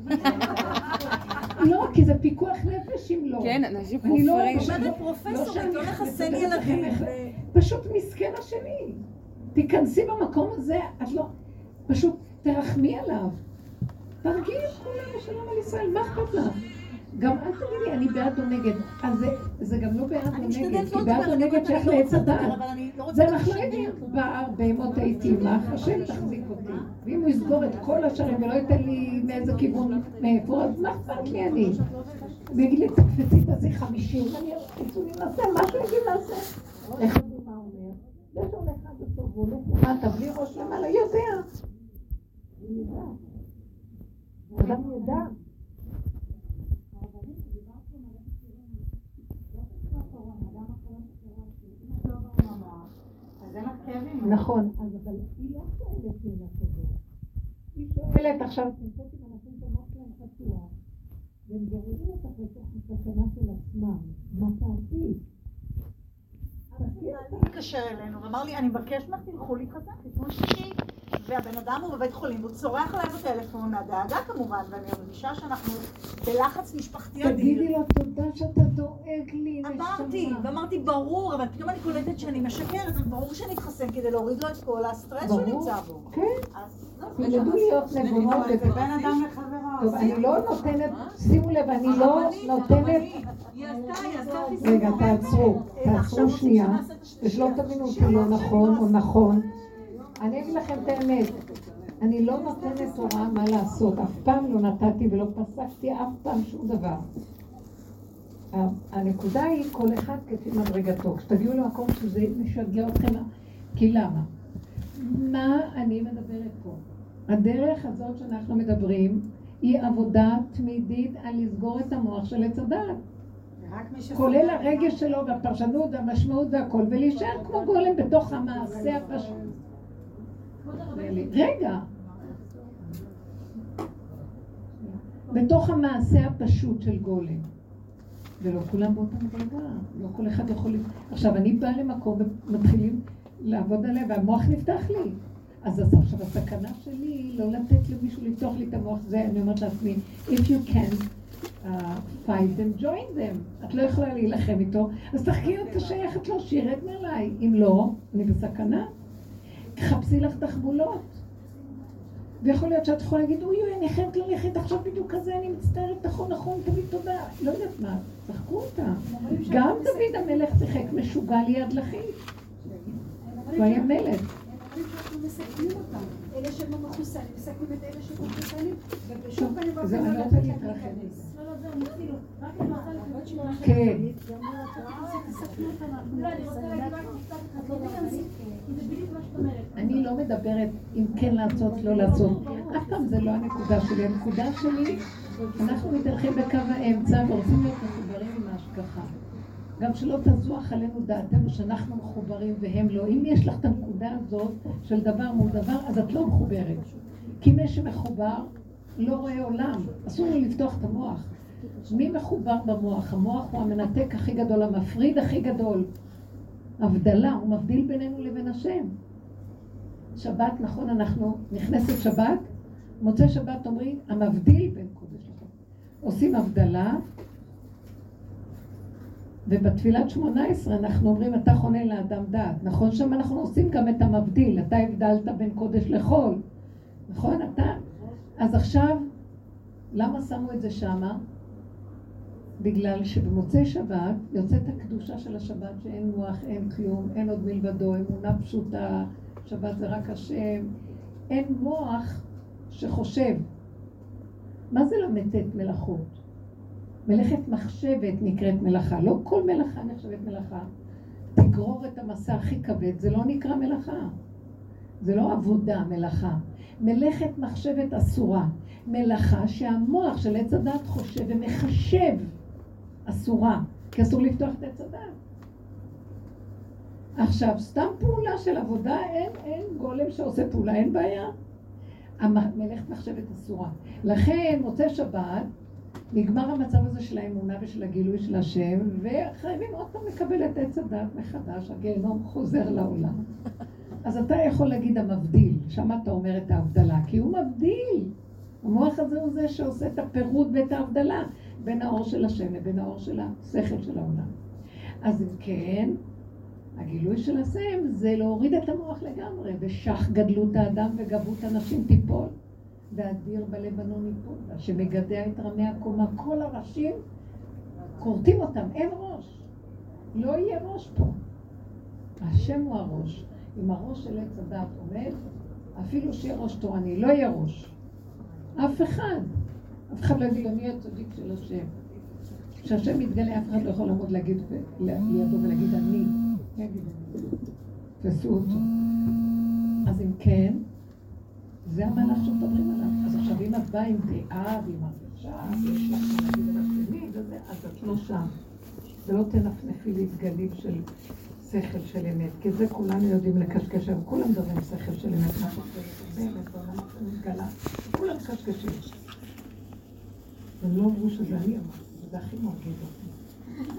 [SPEAKER 1] לא, כי זה פיקוח נפש אם לא.
[SPEAKER 3] כן, אנשים
[SPEAKER 1] אני לא
[SPEAKER 3] חופרים.
[SPEAKER 4] אומרת פרופסורית, לא לחסן ילדים.
[SPEAKER 1] פשוט מסכן השני. תיכנסי במקום הזה, את לא... פשוט תרחמי עליו. תרגיעי את כולם ושלום על ישראל, מה אכפת לך? גם אל תגידי, אני בעד או נגד. אז זה, זה גם לא בעד או נגד, כי בעד או נגד שייך לעץ הדעת. זה אנחנו לא יודעים. בהמות הייתי עמך, השם תחזיק אותי. ואם הוא יסגור את כל השערים ולא ייתן לי מאיזה כיוון מאיפה, אז מה אכפת לי אני? ויגיד לי, תקפצי, תעשי חמישים, אני נעשה, מה שהוא יגיד נעשה? איך יודעים מה אומר? זה שהולך עד הסוף, הוא הולך למטה, בלי ראש למעלה, יודע. הוא ידע. אדם ידע. נכון, אבל היא לא שואלת שאלה כזאת. היא שואלת עכשיו, את נמצאת עם אנשים שמות להם חצועה, והם גוררים אותך לתוך הסכנה של עצמם. מה תעשי?
[SPEAKER 4] הוא התקשר אלינו ואמר לי, אני מבקש ממך, תלכו להתחסן, חיסון שלישי. והבן אדם הוא בבית חולים, והוא צורח עליי בטלפון, הדאגה כמובן, ואני מרגישה שאנחנו בלחץ משפחתי אדיר.
[SPEAKER 1] תגידי לו תודה שאתה דואג לי.
[SPEAKER 4] אמרתי, ואמרתי ברור, אבל פתאום אני קולטת שאני משקרת, אז ברור שאני אתחסן כדי להוריד לו את כל הסטרס שהוא נמצא בו.
[SPEAKER 1] כן.
[SPEAKER 4] אז
[SPEAKER 1] תלמדו להיות נגונות.
[SPEAKER 2] זה בין אדם לחברה.
[SPEAKER 1] טוב, אני לא נותנת, שימו לב, אני לא נותנת...
[SPEAKER 2] היא עשתה, היא עשתה חיסון.
[SPEAKER 1] רגע, תעצרו, תעצרו שנייה, ושלא תבינו אותי לא נכון או נכון. אני אגיד לכם את האמת, אני לא נותנת הוראה מה לעשות, אף פעם לא נתתי ולא פסקתי אף פעם שום דבר. הנקודה היא כל אחד כפי מדרגתו, כשתגיעו למקום שזה משגע אתכם, כי למה? מה אני מדברת פה? הדרך הזאת שאנחנו מדברים היא עבודה תמידית על לסגור את המוח של עץ הדעת. כולל הרגש שלו והפרשנות והמשמעות והכל, ולהישאר כמו גולם בתוך המעשה הפשוט. רגע. בתוך המעשה הפשוט של גולם. ולא כולם באותה מדרגה. לא כל אחד יכול... עכשיו, אני באה למקום ומתחילים לעבוד עליה, והמוח נפתח לי. אז עכשיו, הסכנה שלי לא לתת למישהו לפתוח לי את המוח. זה, אני אומרת לעצמי, if you can uh, fight them, join them. את לא יכולה להילחם איתו, אז תחכי אותה שייכת לו, שירד מעליי. אם לא, אני בסכנה. חפשי לך תחבולות. ויכול להיות שאת יכולה להגיד, אוי אוי, אני חייבת ללכת עכשיו בדיוק כזה, אני מצטערת, נכון, נכון, תביא תודה. לא יודעת מה, צחקו אותה. גם דוד המלך שיחק משוגע ליד לכית. הוא היה מלך.
[SPEAKER 2] הם אומרים שאנחנו מסכנים אותם. אלה שהם לא מחוסנים, מסכנים את אלה שהם מחוסנים, ובשום פנים ואופן לא לתת להם להיכנס. לא, לא, זהו, ניסינו. רק אני רוצה לקבל תשובה.
[SPEAKER 1] כן.
[SPEAKER 2] לא, אני רוצה להגיד רק משפט אחד, לא תיכנסי, כי זה בדיוק מה שאת אומרת.
[SPEAKER 1] אני לא מדברת אם כן לעשות, לא לעשות. אף פעם זה לא הנקודה שלי. הנקודה שלי, אנחנו מתארחים בקו האמצע ורוצים להיות מחוברים עם ההשגחה. גם שלא תזוח עלינו דעתנו שאנחנו מחוברים והם לא. אם יש לך את הנקודה הזאת של דבר מול דבר, אז את לא מחוברת. כי מי שמחובר לא רואה עולם. אסור לו לפתוח את המוח. מי מחובר במוח? המוח הוא המנתק הכי גדול, המפריד הכי גדול. הבדלה, הוא מבדיל בינינו לבין השם. שבת, נכון, אנחנו נכנסת שבת, מוצא שבת אומרים, המבדיל בין קודש לכם. עושים הבדלה, ובתפילת שמונה עשרה אנחנו אומרים, אתה חונן לאדם דעת. נכון, שם אנחנו עושים גם את המבדיל, אתה הבדלת בין קודש לחול. נכון, אתה? אז עכשיו, למה שמו את זה שמה? בגלל שבמוצאי שבת יוצאת הקדושה של השבת שאין מוח, אין כלום, אין עוד מלבדו, אמונה פשוטה, שבת זה רק השם, אין מוח שחושב. מה זה למתת מלאכות? מלאכת מחשבת נקראת מלאכה, לא כל מלאכה נחשבת מלאכה. תגרור את המסע הכי כבד, זה לא נקרא מלאכה. זה לא עבודה, מלאכה. מלאכת מחשבת אסורה. מלאכה שהמוח של עץ הדת חושב ומחשב אסורה, כי אסור לפתוח את עץ הדת. עכשיו, סתם פעולה של עבודה, אין, אין גולם שעושה פעולה, אין בעיה. מלאכת מחשבת אסורה. לכן, מוצא שבת, נגמר המצב הזה של האמונה ושל הגילוי של השם, וחייבים עוד פעם לקבל את עץ הדת מחדש, הגיהנום חוזר לעולם. אז אתה יכול להגיד המבדיל, שמה אתה אומר את ההבדלה, כי הוא מבדיל. המוח הזה הוא זה שעושה את הפירוד ואת ההבדלה בין האור של השם לבין האור של השכל של העולם. אז אם כן, הגילוי של השם זה להוריד את המוח לגמרי, ושח גדלות האדם וגבות הנשים תיפול, והדיר בלבנון ייפול, שמגדע את רמי הקומה, כל הראשים קורטים אותם, אין ראש. לא יהיה ראש פה. השם הוא הראש. אם הראש של עץ הדת עומד, אפילו שיהיה ראש תורני, לא יהיה ראש. אף אחד. אף אחד לא יגיד לו מי הצדיק של השם. כשהשם מתגלה, אף אחד לא יכול לעמוד להגיד לידו ולהגיד אני. יגיד אני. תפסו אותו. אז אם כן, זה המהלך שמדברים עליו. אז עכשיו אם את באה עם דעה ועם הרגשה, ויש לך להגיד על השני, וזה, אז את לא שם. ולא תנפנפי לי דגלים של שכל של אמת, כי זה כולנו יודעים לקשקש, אבל כולם מדברים שכל של אמת, מה באמת, בעולם מתגלה, כולם קשקשים. הם לא אמרו שזה אני אמרתי, זה הכי מרגיז אותי.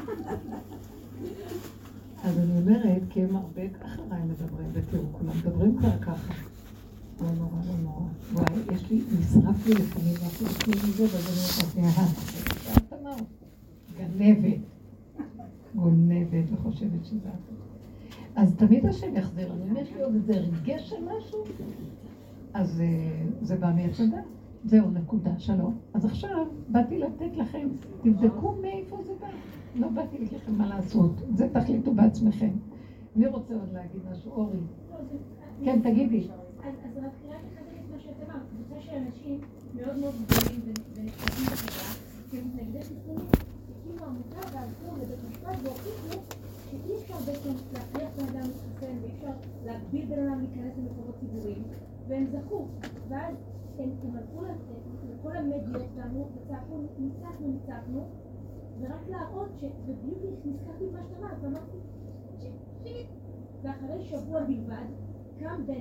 [SPEAKER 1] אז אני אומרת, כי הם הרבה אחריי מדברים, ותראו, כולם מדברים כבר ככה. לא נורא, לא נורא. וואי, יש לי, נשרף לי לפעמים, ואפילו לפני מזה, ואז אני אומרת, אה, את אמרת, גנבת. גונבת וחושבת שזה הכל. אז תמיד השם יחזיר לנו. אם יש לי עוד איזה רגש של משהו, אז זה בא מעץ הדת. זהו, נקודה, שלום. אז עכשיו באתי לתת לכם, תבדקו מאיפה זה בא. לא באתי להגיד לכם מה לעשות. זה תחליטו בעצמכם. מי רוצה עוד להגיד משהו? אורי. כן, תגידי.
[SPEAKER 5] אז רק לחדד את מה שאת אמרת. קבוצה של אנשים מאוד מאוד גדולים ונשארים בחברה, כמתנגדי חיסונים, הקימו עמותה והלכו לבית משפט והוכיחו שאי אפשר בעצם להכריח בן אדם להתחסן ואי אפשר להגביל בן אדם להיכנס למקומות ציבוריים, והם זכו. ואז הם הלכו לכל המדיות ואמרו, וצעקו, ניצחנו, ניצחנו, ורק להראות שבדיוק נזכרתי מה שאתה אמרת, ואמרתי, שיט, ואחרי שבוע בלבד, קם בנט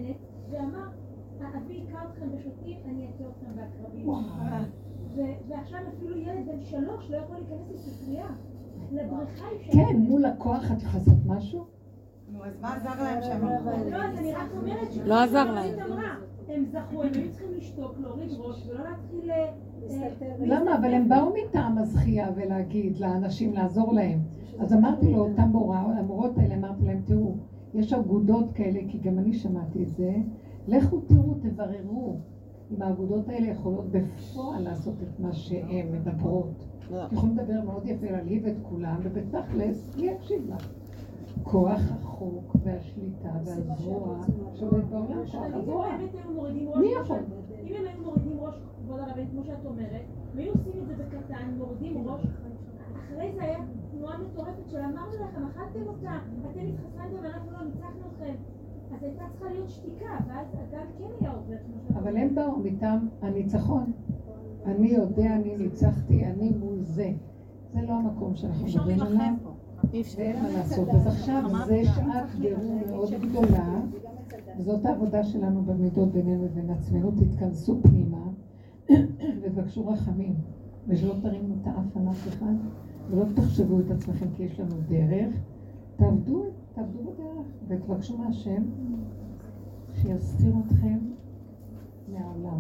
[SPEAKER 5] ואמר, אבי יקרא אתכם בשוטים, אני אעשה אתכם בעקרבים. ועכשיו אפילו ילד בן שלוש לא יכול להיכנס לספרייה. לבריכה אפשר...
[SPEAKER 1] כן, מול הכוח את יכולה לעשות משהו?
[SPEAKER 4] נו, אז מה עזר להם שם?
[SPEAKER 5] לא, אז אני רק אומרת ש...
[SPEAKER 3] לא עזר להם.
[SPEAKER 5] הם זכו, הם היו צריכים לשתוק, להוריד ראש ולא להתחיל...
[SPEAKER 1] למה? אבל הם באו מטעם הזכייה ולהגיד לאנשים, לעזור להם. אז אמרתי לו, אותם המורות האלה, אמרתי להם, תראו, יש אגודות כאלה, כי גם אני שמעתי את זה, לכו תראו, תבררו אם האגודות האלה יכולות בפועל לעשות את מה שהן מדברות. יכולים לדבר מאוד יפה, להלהיב את כולם, ובתכלס, מי יקשיב לך? כוח החוק והשליטה והזרוע שולט בעולם, כוח הזרוע. מי יכול?
[SPEAKER 5] אם הם היו מורידים ראש, כבוד הרבנית, כמו שאת אומרת, הם היו עושים את זה בקטן, מורידים ראש, אחרי זה היה תנועה מטורפת של אמרנו לכם, אכלתם אותה, אתם התחסנתם, אנחנו לא ניצחנו אתכם. אז הייתה צריכה להיות שתיקה, ואז הגל כן היה עובר.
[SPEAKER 1] אבל הם באו מטעם הניצחון. אני יודע, אני ניצחתי, אני מול זה. זה לא המקום שאנחנו מדברים עליו. ואין מה לעשות. אז עכשיו זה שעת בירור מאוד גדולה, וזאת העבודה שלנו במידות בינינו לבין עצמנו. תתכנסו פנימה ובקשו רחמים, ושלא תרימו את האף על אף אחד, ולא תחשבו את עצמכם כי יש לנו דרך. תעבדו, תעבדו בדרך, ותבקשו מהשם שיסתיר אתכם מהעולם.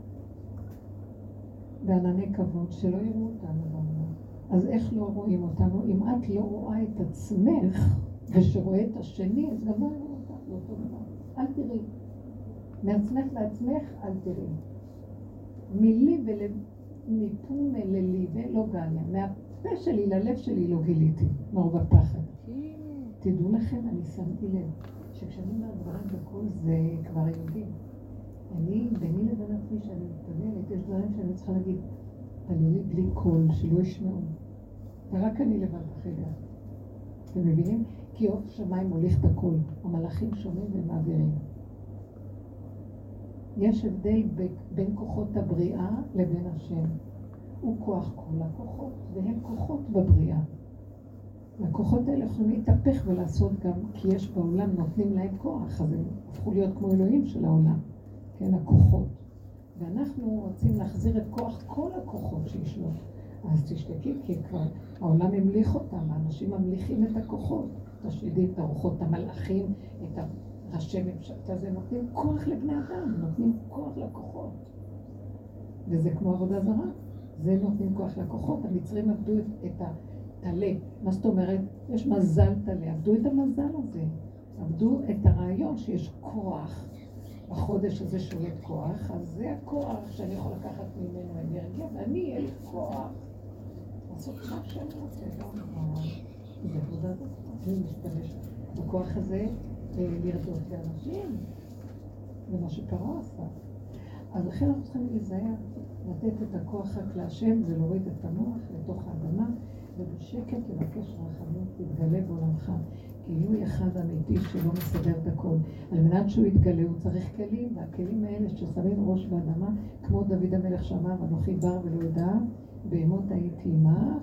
[SPEAKER 1] בענני כבוד, שלא יראו אותנו בעולם. אז איך לא רואים אותנו? אם את לא רואה את עצמך ושרואה את השני, אז גם לא יראו אותך, לא אותו דבר. אל תראי. מעצמך לעצמך, אל תראי. מילי ומפום ללי ולא גליה. מהפה שלי ללב שלי לא גיליתי, מרוב הפחד. תדעו לכם, אני שמתי לב, שכשאני אומר דברים בכל זה כבר יודעים. אני, ביני לבין עצמי שאני מתפללת, יש דברים שאני צריכה להגיד, תפללי בלי קול, שלא ישמעו. ורק אני לבד בחדר. אתם מבינים? כי עוף שמיים מוליך את הקול. המלאכים שומעים ומעבירים. יש הבדל בין כוחות הבריאה לבין השם. הוא כוח כל הכוחות, והם כוחות בבריאה. והכוחות האלה יכולים להתהפך ולעשות גם, כי יש בעולם, נותנים להם כוח, אז הם הפכו להיות כמו אלוהים של העולם. כן, הכוחות. ואנחנו רוצים להחזיר את כוח כל הכוחות שישלו. אז תשתקי, כי כבר העולם המליך אותם, האנשים ממליכים את הכוחות, את השדים, את הרוחות, את המלאכים, את הראשי ממשלת הזה, נותנים כוח לבני אדם, נותנים כוח לכוחות. וזה כמו עבודה זרה, זה נותנים כוח לכוחות. המצרים עבדו את, את הטלה. מה זאת אומרת? יש מזל טלה, עבדו את המזל הזה. עבדו את הרעיון שיש כוח. בחודש הזה שולט כוח, אז זה הכוח שאני יכול לקחת ממנו אנרגיה, ואני יהיה לי כוח. לעשות מה שאני רוצה, לא מה. זה עבודה הזאת, אני משתמש בכוח הזה לרדות לאנשים, ומה שפרעה עשה. אז לכן אנחנו צריכים להיזהר, לתת את הכוח רק להשם ולהוריד את המוח לתוך האדמה, ובשקט לבקש רחמים, תתגלה בעולמך. גילוי אחד אמיתי שלא מסדר את הכל. על מנת שהוא יתגלה, הוא צריך כלים, והכלים האלה ששמים ראש באדמה, כמו דוד המלך שאמר, אנוכי בר ולא ידע, בהמות הייתי עמך,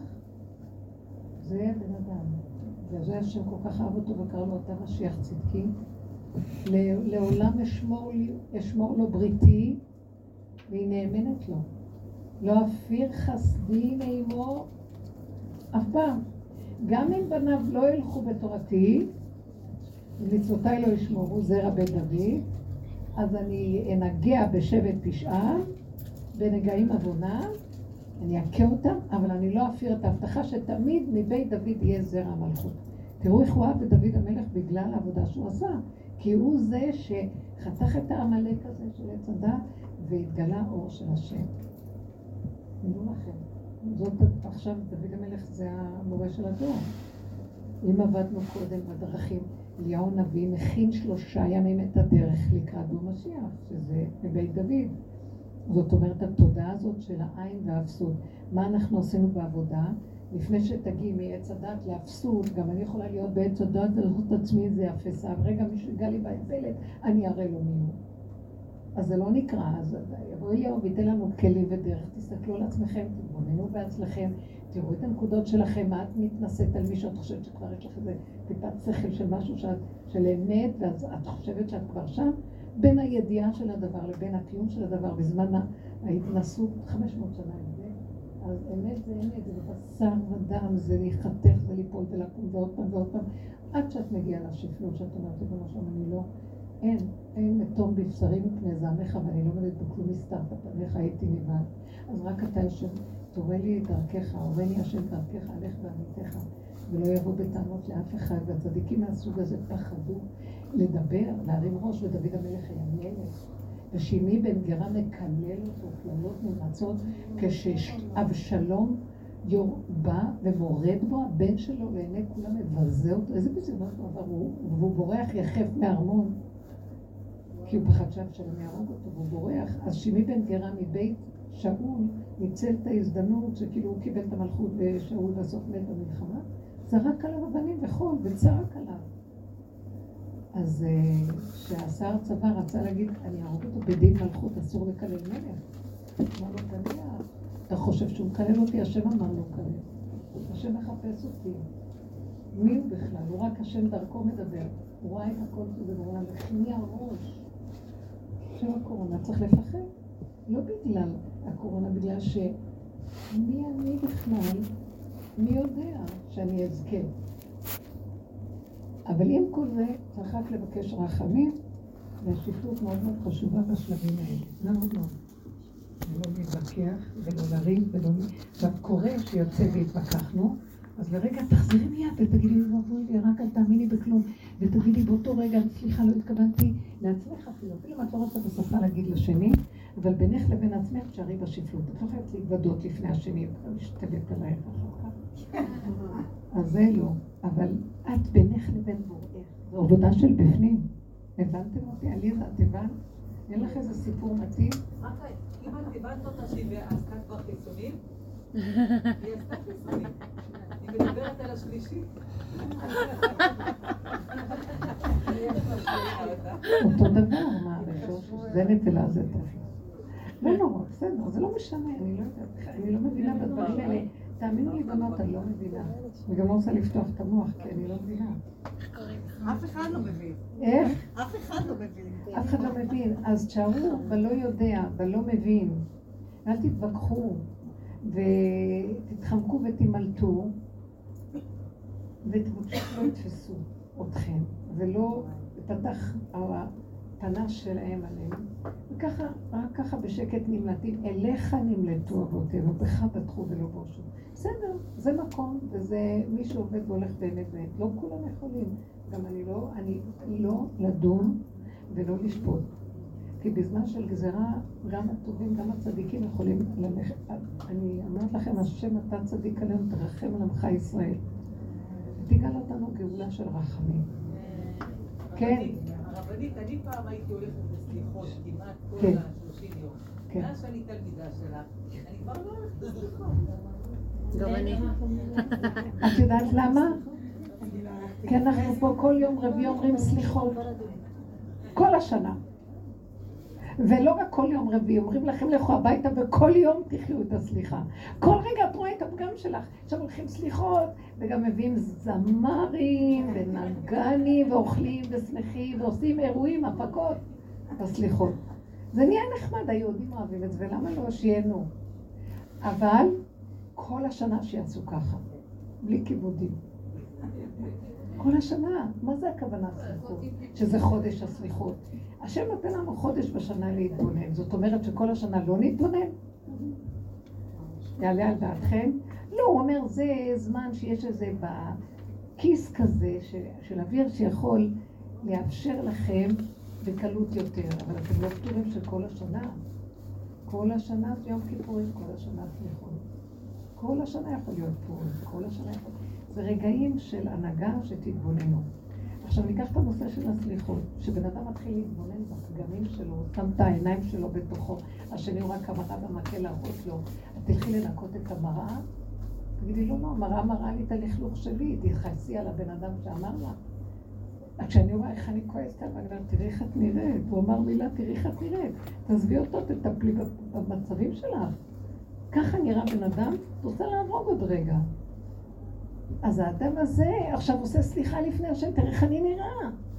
[SPEAKER 1] זה בן אדם. וזה השם כל כך אהב אותו וקרא לו אותה משיח צדקי. לעולם אשמור, אשמור לו בריתי, והיא נאמנת לו. לא אפיר חסדי נעימו אף פעם. גם אם בניו לא ילכו בתורתי, ומצוותיי לא ישמורו, זרע בית דוד, אז אני אנגע בשבט פשעם, בנגעים עוונם, אני אכה אותם, אבל אני לא אפיר את ההבטחה שתמיד מבית דוד יהיה זרע המלכות. תראו איך הוא אהב את דוד המלך בגלל העבודה שהוא עשה, כי הוא זה שחתך את העמלק הזה של עץ הדת, והתגלה אור של השם. תראו לכם. זאת עכשיו, דוד המלך זה המורה של הדור. אם עבדנו קודם בדרכים, אליהו הנביא מכין שלושה ימים את הדרך לקראת דור משיח, שזה בבית דוד. זאת אומרת, התודעה הזאת של העין והאפסות. מה אנחנו עשינו בעבודה? לפני שתגיעי מעץ הדת לאפסות, גם אני יכולה להיות בעץ הדת, לראות את עצמי איזה אפסה, ורגע מישהו יגע לי בהפלת, אני אראה לו מינו. אז זה לא נקרא, אז יבוא אליהו ויתן לנו כלים ודרך, תסתכלו על עצמכם, תתבוננו בעצמכם, תראו את הנקודות שלכם, מה את מתנשאת על מי שאת חושבת שכבר יש לך איזה טיפת שכל של משהו שאת, של אמת, ואז את חושבת שאת כבר שם, בין הידיעה של הדבר לבין הקיום של הדבר בזמן ההתנסות, חמש מאות שנה לפני. אז אמת זה אמת, זה בשר ודם, זה להיחתך ולפול ולקום ועוד פעם ועוד פעם, עד שאת מגיעה לשפלות, שאת אומרת, זה מה שאני לא, אין, אין מתום בבשרים מפני זעמך, ואני לא מלאת בכלום הסתרת פניך, הייתי נבהל. אז רק אתה יושב, תורה לי את דרכך, הורה לי השם דרכך, הלך ועמיתך, ולא יבוא בטענות לאף אחד, והצדיקים מהסוג הזה פחדו לדבר, להרים ראש, ודוד המלך היה מלך. ושימי בן גרה מקלל אותו, כללות נמרצות, כשאבשלום יור בא ומורד בו, הבן שלו לעיני כולם מבזה אותו, איזה בזיונות הוא עבר, והוא בורח יחף מהארמון, כי הוא פחד שאבשלום יהרוג אותו, והוא בורח. אז שימי בן גרה מבית שאול ניצל את ההזדמנות, שכאילו הוא קיבל את המלכות ושאול בסוף מת במלחמה, זרק עליו אבנים וחול וצרק עליו. אז כשהשר צבא רצה להגיד, אני אהרוג אותו בדין מלכות, אסור לקלל מלך. אמר לו, תניע, אתה חושב שהוא מקלל אותי? השם אמר לו קלל. השם מחפש אותי. מי הוא בכלל? הוא רק השם דרכו מדבר. הוא רואה את הכל שזה בעולם, וכניע ראש. עכשיו הקורונה צריך לפחד. לא בגלל הקורונה, בגלל שמי אני בכלל, מי יודע שאני אזכה. אבל עם כל זה צריך רק לבקש רחמים, והשפלות מאוד מאוד חשובה בשלבים האלה. מאוד מאוד. ולא להתווכח, ולא לריב, ולא... עכשיו קורה שיוצא והתווכחנו, אז לרגע תחזרי מיד ותגידי לי, ואבוי לי, רק אל תאמיני בכלום, ותגידי באותו רגע, סליחה, לא התכוונתי לעצמך אפילו, אפילו אם את לא רוצה בשפה להגיד לשני, אבל בינך לבין עצמך תשארי בשפלות. את לא חייבת להתוודות לפני השני, משתלט עלייך אחר כך. אז זה לא, אבל את בינך לבין בוראך, זו עבודה של בפנים. הבנתם אותי? עליזה, את הבנת? אין לך איזה סיפור מתאים?
[SPEAKER 6] אם את הבנת אותה שהיא עשתה כבר חיסונים, היא עשתה חיסונים. היא מדברת על השלישי.
[SPEAKER 1] אותו דבר, מה, זה נטלה, זה טוב. לא, לא, בסדר, זה לא משנה, אני לא יודעת, אני לא מבינה בדברים האלה. תאמינו לי בנות, אני לא מבינה. וגם לא רוצה לפתוח את המוח, כי אני לא מבינה.
[SPEAKER 4] אף אחד לא מבין.
[SPEAKER 1] איך?
[SPEAKER 4] אף אחד לא מבין.
[SPEAKER 1] אף אחד לא מבין. אז תשארו ולא יודע, ולא מבין. אל תתווכחו, ותתחמקו ותמלטו, ותבקשו לא יתפסו אתכם, ולא תדח הפנש שלהם עליהם. וככה, רק ככה בשקט נמלטים, אליך נמלטו אבותינו, בך בטחו ולא בושו. בסדר, זה מקום, וזה מי שעובד והולך באמת באמת. לא כולם יכולים. גם אני לא, אני לא לדון ולא לשפוט. כי בזמן של גזרה, גם הטובים, גם הצדיקים יכולים ללכת. אני אמרת לכם, השם אתה צדיק עליהם, תרחם על עמך ישראל. תיגל אותנו גאולה של רחמים. כן.
[SPEAKER 6] הרבנית, אני פעם הייתי הולכת בסליחות כמעט כל
[SPEAKER 1] כן.
[SPEAKER 6] ה-שלושים יום.
[SPEAKER 1] כן.
[SPEAKER 6] מאז שאני תלמידה שלה, אני כבר לא הולכת בסליחות.
[SPEAKER 3] גם אני.
[SPEAKER 1] את יודעת למה? כי אנחנו פה כל יום רביעי אומרים סליחות. כל השנה. ולא רק כל יום רביעי, אומרים לכם לכו הביתה וכל יום תחיו את הסליחה. כל רגע את רואה את הפגם שלך. עכשיו הולכים סליחות, וגם מביאים זמרים ונגנים ואוכלים ושמחים ועושים אירועים, הפקות בסליחות. זה נהיה נחמד, היהודים אוהבים את זה, ולמה לא שיינו? אבל כל השנה שיעשו ככה, בלי כיבודים. כל השנה, מה זה הכוונה סליחות? שזה חודש הסליחות. השם נותן לנו חודש בשנה להתבונן, זאת אומרת שכל השנה לא נתבונן? יעלה על דעתכם? לא, הוא אומר זה זמן שיש איזה בכיס כזה של אוויר שיכול לאפשר לכם בקלות יותר, אבל אתם לא פתורים של כל השנה. כל השנה זה יום כיפורים, כל השנה סליחות. כל השנה יכול להיות פורים, כל השנה יכול להיות. זה רגעים של הנהגה שתתבוננו. עכשיו ניקח את הנושא של הסליחות, שבן אדם מתחיל להתבונן בפגמים שלו, שם את העיניים שלו בתוכו, השני הוא רק המראה במקל להראות לו, את תלכי לנקות את המראה? תגידי לו, לא, המראה מראה לי את הלכלוך שלי, תתחסי על הבן אדם שאמר לה. כשאני רואה איך אני כועסת, ואני אומרת, תראי איך את נראית, הוא אמר מילה, תראי איך את נראית, תעזבי אותו, תטפלי במצבים שלך. ככה נראה בן אדם, אתה רוצה להרוג עוד רגע. אז האדם הזה עכשיו עושה סליחה לפני השם, תראה איך אני נראה.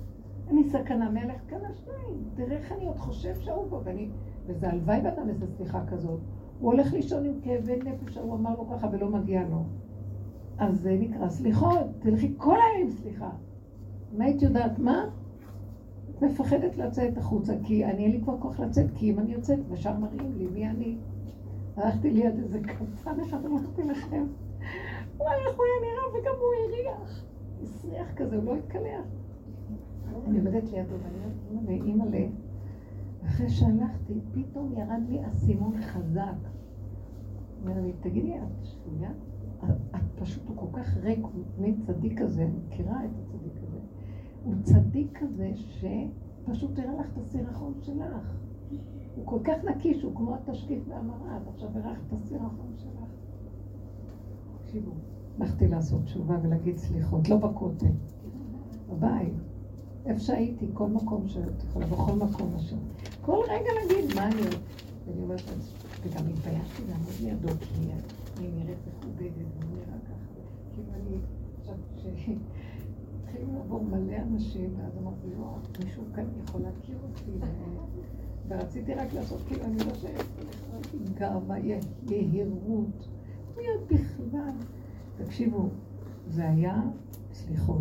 [SPEAKER 1] אני סכנה מהלכת כאן השניים, תראה איך אני עוד חושב שהוא פה, ואני, וזה הלוואי באדם איזו סליחה כזאת. הוא הולך לישון עם כאבי נפש, הוא אמר לו ככה ולא מגיע לו. אז זה נקרא סליחות, תלכי כל היום סליחה. מה היית יודעת מה? את מפחדת לצאת החוצה, כי אני אין לי כבר כוח לצאת, כי אם אני יוצאת, ושאר מראים לי מי אני. הלכתי ליד איזה קמצן אחד, אמרתי לכם, וואי, איך הוא היה נראה, וגם הוא הריח. הסריח כזה, הוא לא התקלח. אני עומדת לידו, ואני אומרת, אימא ל... אחרי שהלכתי, פתאום ירד לי אסימון חזק. אומר לי, תגידי, את שנייה? את פשוט, הוא כל כך ריק, הוא מין צדיק כזה, אני מכירה את הצדיק הזה. הוא צדיק כזה שפשוט הראה לך את הסירחון שלך. הוא כל כך נקי שהוא כמו התשקיף והמראה, אז עכשיו הראה את הסירחון שלך. תקשיבו, הלכתי לעשות תשובה ולהגיד סליחות, לא בכותל, בבית. איפה שהייתי, כל מקום שאת יכולה, בכל מקום אשר. כל רגע להגיד מה אני... ואני אומרת, וגם התביישתי לעמוד לידו, כי אני נראית מכובדת, ואני נראה ככה. כאילו אני חושבת שהתחילו לעבור מלא אנשים, ואז אמרתי, לא, מישהו כאן יכול להכיר אותי, ורציתי רק לעשות כאילו אני לא שייכת, רק עם גאווה, יהירות, מיד בכלל. תקשיבו, זה היה סליחות.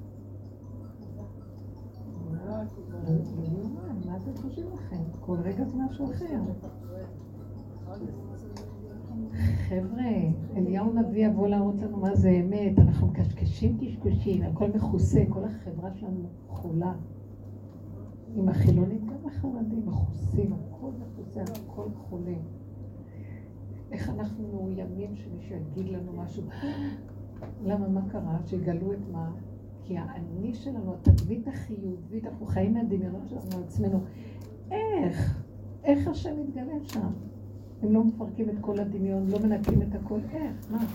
[SPEAKER 1] מה אתם חושבים לכם? כל רגע זה משהו אחר. חבר'ה, אליהו נביא יבוא להראות לנו מה זה אמת, אנחנו מקשקשים קשקושים, הכל מכוסה, כל החברה שלנו חולה. עם החילונים גם החרדים, מכוסים, הכל מכוסה, הכל חולה. איך אנחנו מאוימים שמישהו יגיד לנו משהו? למה, מה קרה? שיגלו את מה? כי האני שלנו, התדמית החיובית, אנחנו חיים מהדמיונות שלנו עצמנו. איך? איך השם מתגלה שם? הם לא מפרקים את כל הדמיון, לא מנקים את הכל. איך? מה?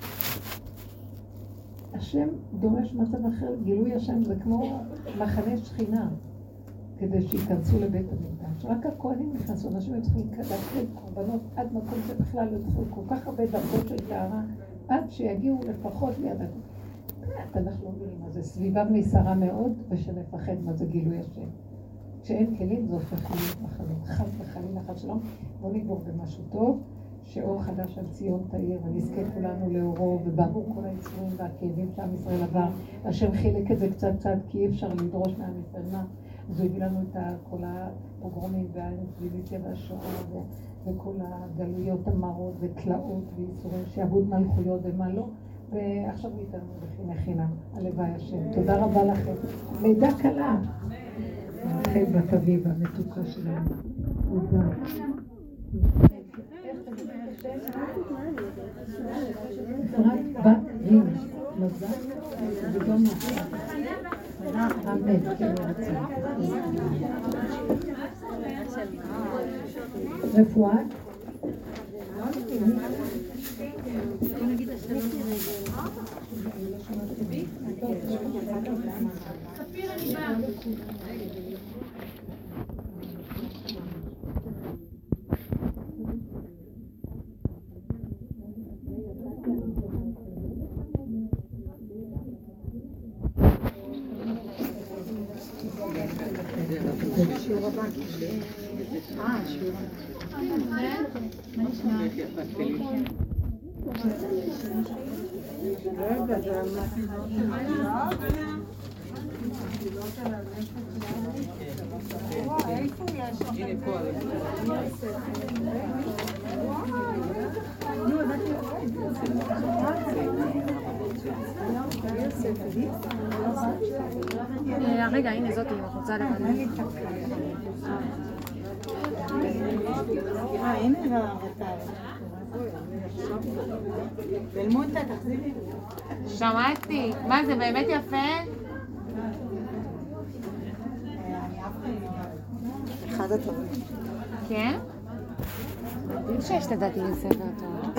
[SPEAKER 1] השם דורש מצב אחר, גילוי השם זה כמו מחנה שכינה, כדי שיכנסו לבית המקדש. רק הכהנים נכנסו, אנשים צריכים להקריב קורבנות עד מקום שבכלל לא צריכים כל כך הרבה דרגות של טהרה, עד שיגיעו לפחות ליד הכל. אנחנו לא מבינים מה זה, סביבה מסערה מאוד, ושנפחד מה זה גילוי השם. כשאין כלים זה הופך להיות מחלות, חס וחלילה חס שלום. בוא נגבור במשהו טוב, שאור חדש על ציון תאיר, ונזכה כולנו לאורו, ובעבור כל היצורים והכאבים שעם ישראל עבר. השם חילק את זה קצת קצת, כי אי אפשר לדרוש מעם ישראל מה. אז הוא הביא לנו את כל הפוגרומים והאינקוויזיציה והשואה וכל הגלויות המרות ותלאות וייסורים, שעבוד מלכויות ומה לא. ועכשיו הוא איתנו בחינם חינם, הלוואי השם. תודה רבה לכם. לידה קלה. חי בת אביבה, מתוקה שלנו. תודה. רק בת רימה, מזל, וגם נפלא. אמן, כן ירצה. רפואה?
[SPEAKER 5] ספיר אני באה.
[SPEAKER 4] שיעור הבא. אה, שיעור הבא. מה נשמע? רגע, זה וואי, איפה יש? הנה פה.
[SPEAKER 3] רגע, הנה זאתי, אני רוצה לבוא.
[SPEAKER 4] אה, הנה הרתל. בלמונטה, תחזירי.
[SPEAKER 3] שמעתי. מה זה באמת יפה?
[SPEAKER 4] אחד הטובים.
[SPEAKER 3] כן? מדהים שהשתדלתי לסדר אותו.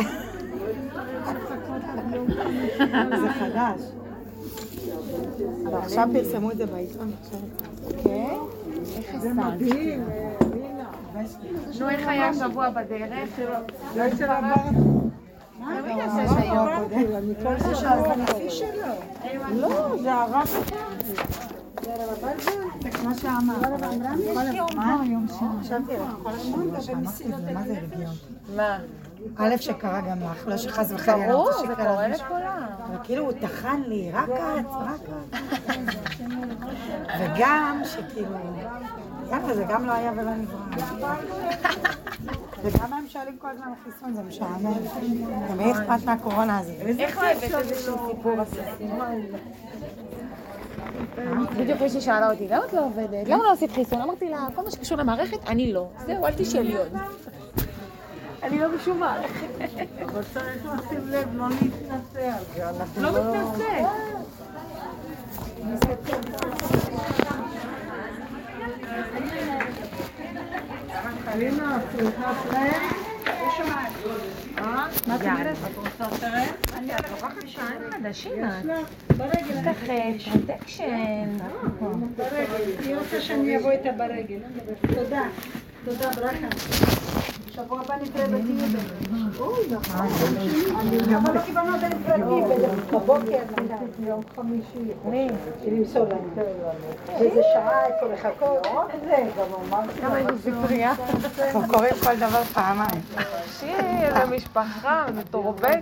[SPEAKER 4] זה חדש. אבל עכשיו פרסמו את זה בעיתון. כן? זה מדהים.
[SPEAKER 3] נו, איך היה שבוע בדרך?
[SPEAKER 4] לא יצא לבר. מה בגלל זה שבוע קודם? זה שהזנפי שלו. לא, זה הרב. כמו שאמרת. כל הזמן היום שם. חשבתי עליך כל השבוע שאמרתי את זה, מה זה הרגיע אותי?
[SPEAKER 3] מה?
[SPEAKER 4] א' שקרה גם לך, לא שחס וחלילה.
[SPEAKER 3] ברור, זה קורה לכולם.
[SPEAKER 4] אבל כאילו הוא טחן לי, רק את, רק את. וגם שכאילו, יאללה, זה גם לא היה ולא נברא. וגם הם שואלים כל הזמן החיסון, זה משעמם. גם מי אכפת מהקורונה הזה?
[SPEAKER 3] איך לא הבאת איזשהו סיפור עססי? בדיוק מישהי שאלה אותי, למה את לא עובדת? למה לא עשית חיסון? אמרתי לה, כל מה שקשור למערכת, אני לא. זהו, אל תשאלי עוד. אני לא בשום מערכת.
[SPEAKER 7] אבל צריך לשים לב, לא להתנסה על זה. אנחנו
[SPEAKER 3] לא מתנסה.
[SPEAKER 7] חלינה, צריכה סרט? מה את אומרת? את רוצה סרט?
[SPEAKER 3] אני לוקחת שעיים חדשים.
[SPEAKER 7] יש לך? ברגל.
[SPEAKER 3] יש לך פרוטקשן.
[SPEAKER 7] ברגל. היא רוצה שאני אבוא איתה ברגל. תודה. תודה, ברכה. שבוע הבא נתראה בטיול. אוי, נכון. גם לא קיבלנו עדיין פרטים. בבוקר, יום חמישי. מי? שלמסור להם. באיזה שעה, איפה לחכות. זה, גם אמרתי.
[SPEAKER 3] כמה איזה ספרייה.
[SPEAKER 4] אנחנו קוראים כל דבר פעמיים.
[SPEAKER 3] שיר, איזה משפחה, מתורבתת.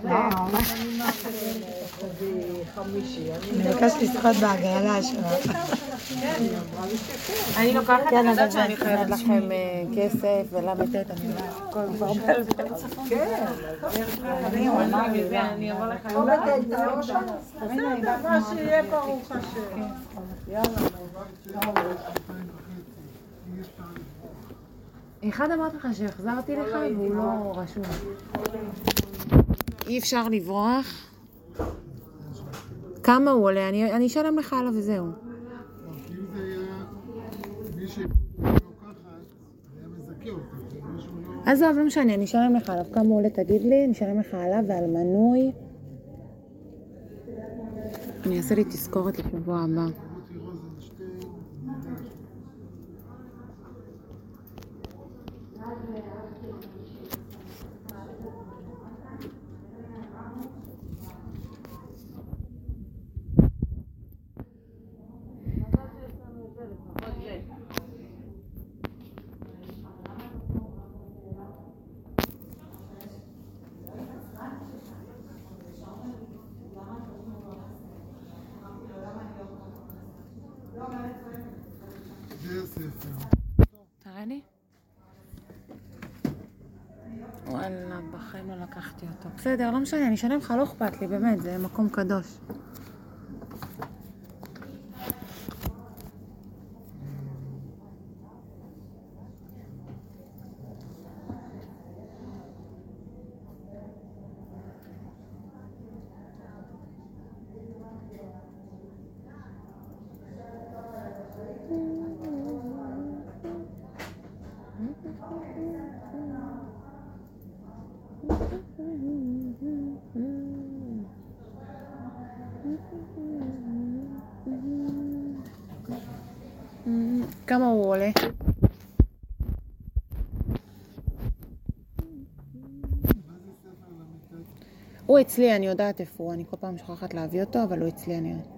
[SPEAKER 4] אני מבקשת לזכות בהגרלה שלה.
[SPEAKER 3] אני לוקחת, אני יודעת שאני חייבת לכם כסף ולמתת, אני כל כבר בלבלת. כן. אני אמרה מזה, אני אבוא לך.
[SPEAKER 7] מה שיהיה ברוך השם.
[SPEAKER 3] אחד אמרתי לך שהחזרתי לך והוא לא רשום. אי אפשר לברוח. כמה הוא עולה? אני אשלם לך עליו וזהו.
[SPEAKER 8] אם זה היה מישהי לוקחת, זה היה מזכה אותי.
[SPEAKER 3] עזוב, לא משנה, אני אשלם לך עליו. כמה הוא עולה תגיד לי, אני אשלם לך עליו ועל מנוי. אני אעשה לי תזכורת לשבוע הבא. תראה לי. וואלה, בחיים לא לקחתי אותו. בסדר, לא משנה, אני אשלם לך, לא אכפת לי, באמת, זה מקום קדוש. כמה הוא עולה? הוא אצלי, אני יודעת איפה הוא, אני כל פעם שוכחת להביא אותו, אבל הוא אצלי, אני יודעת.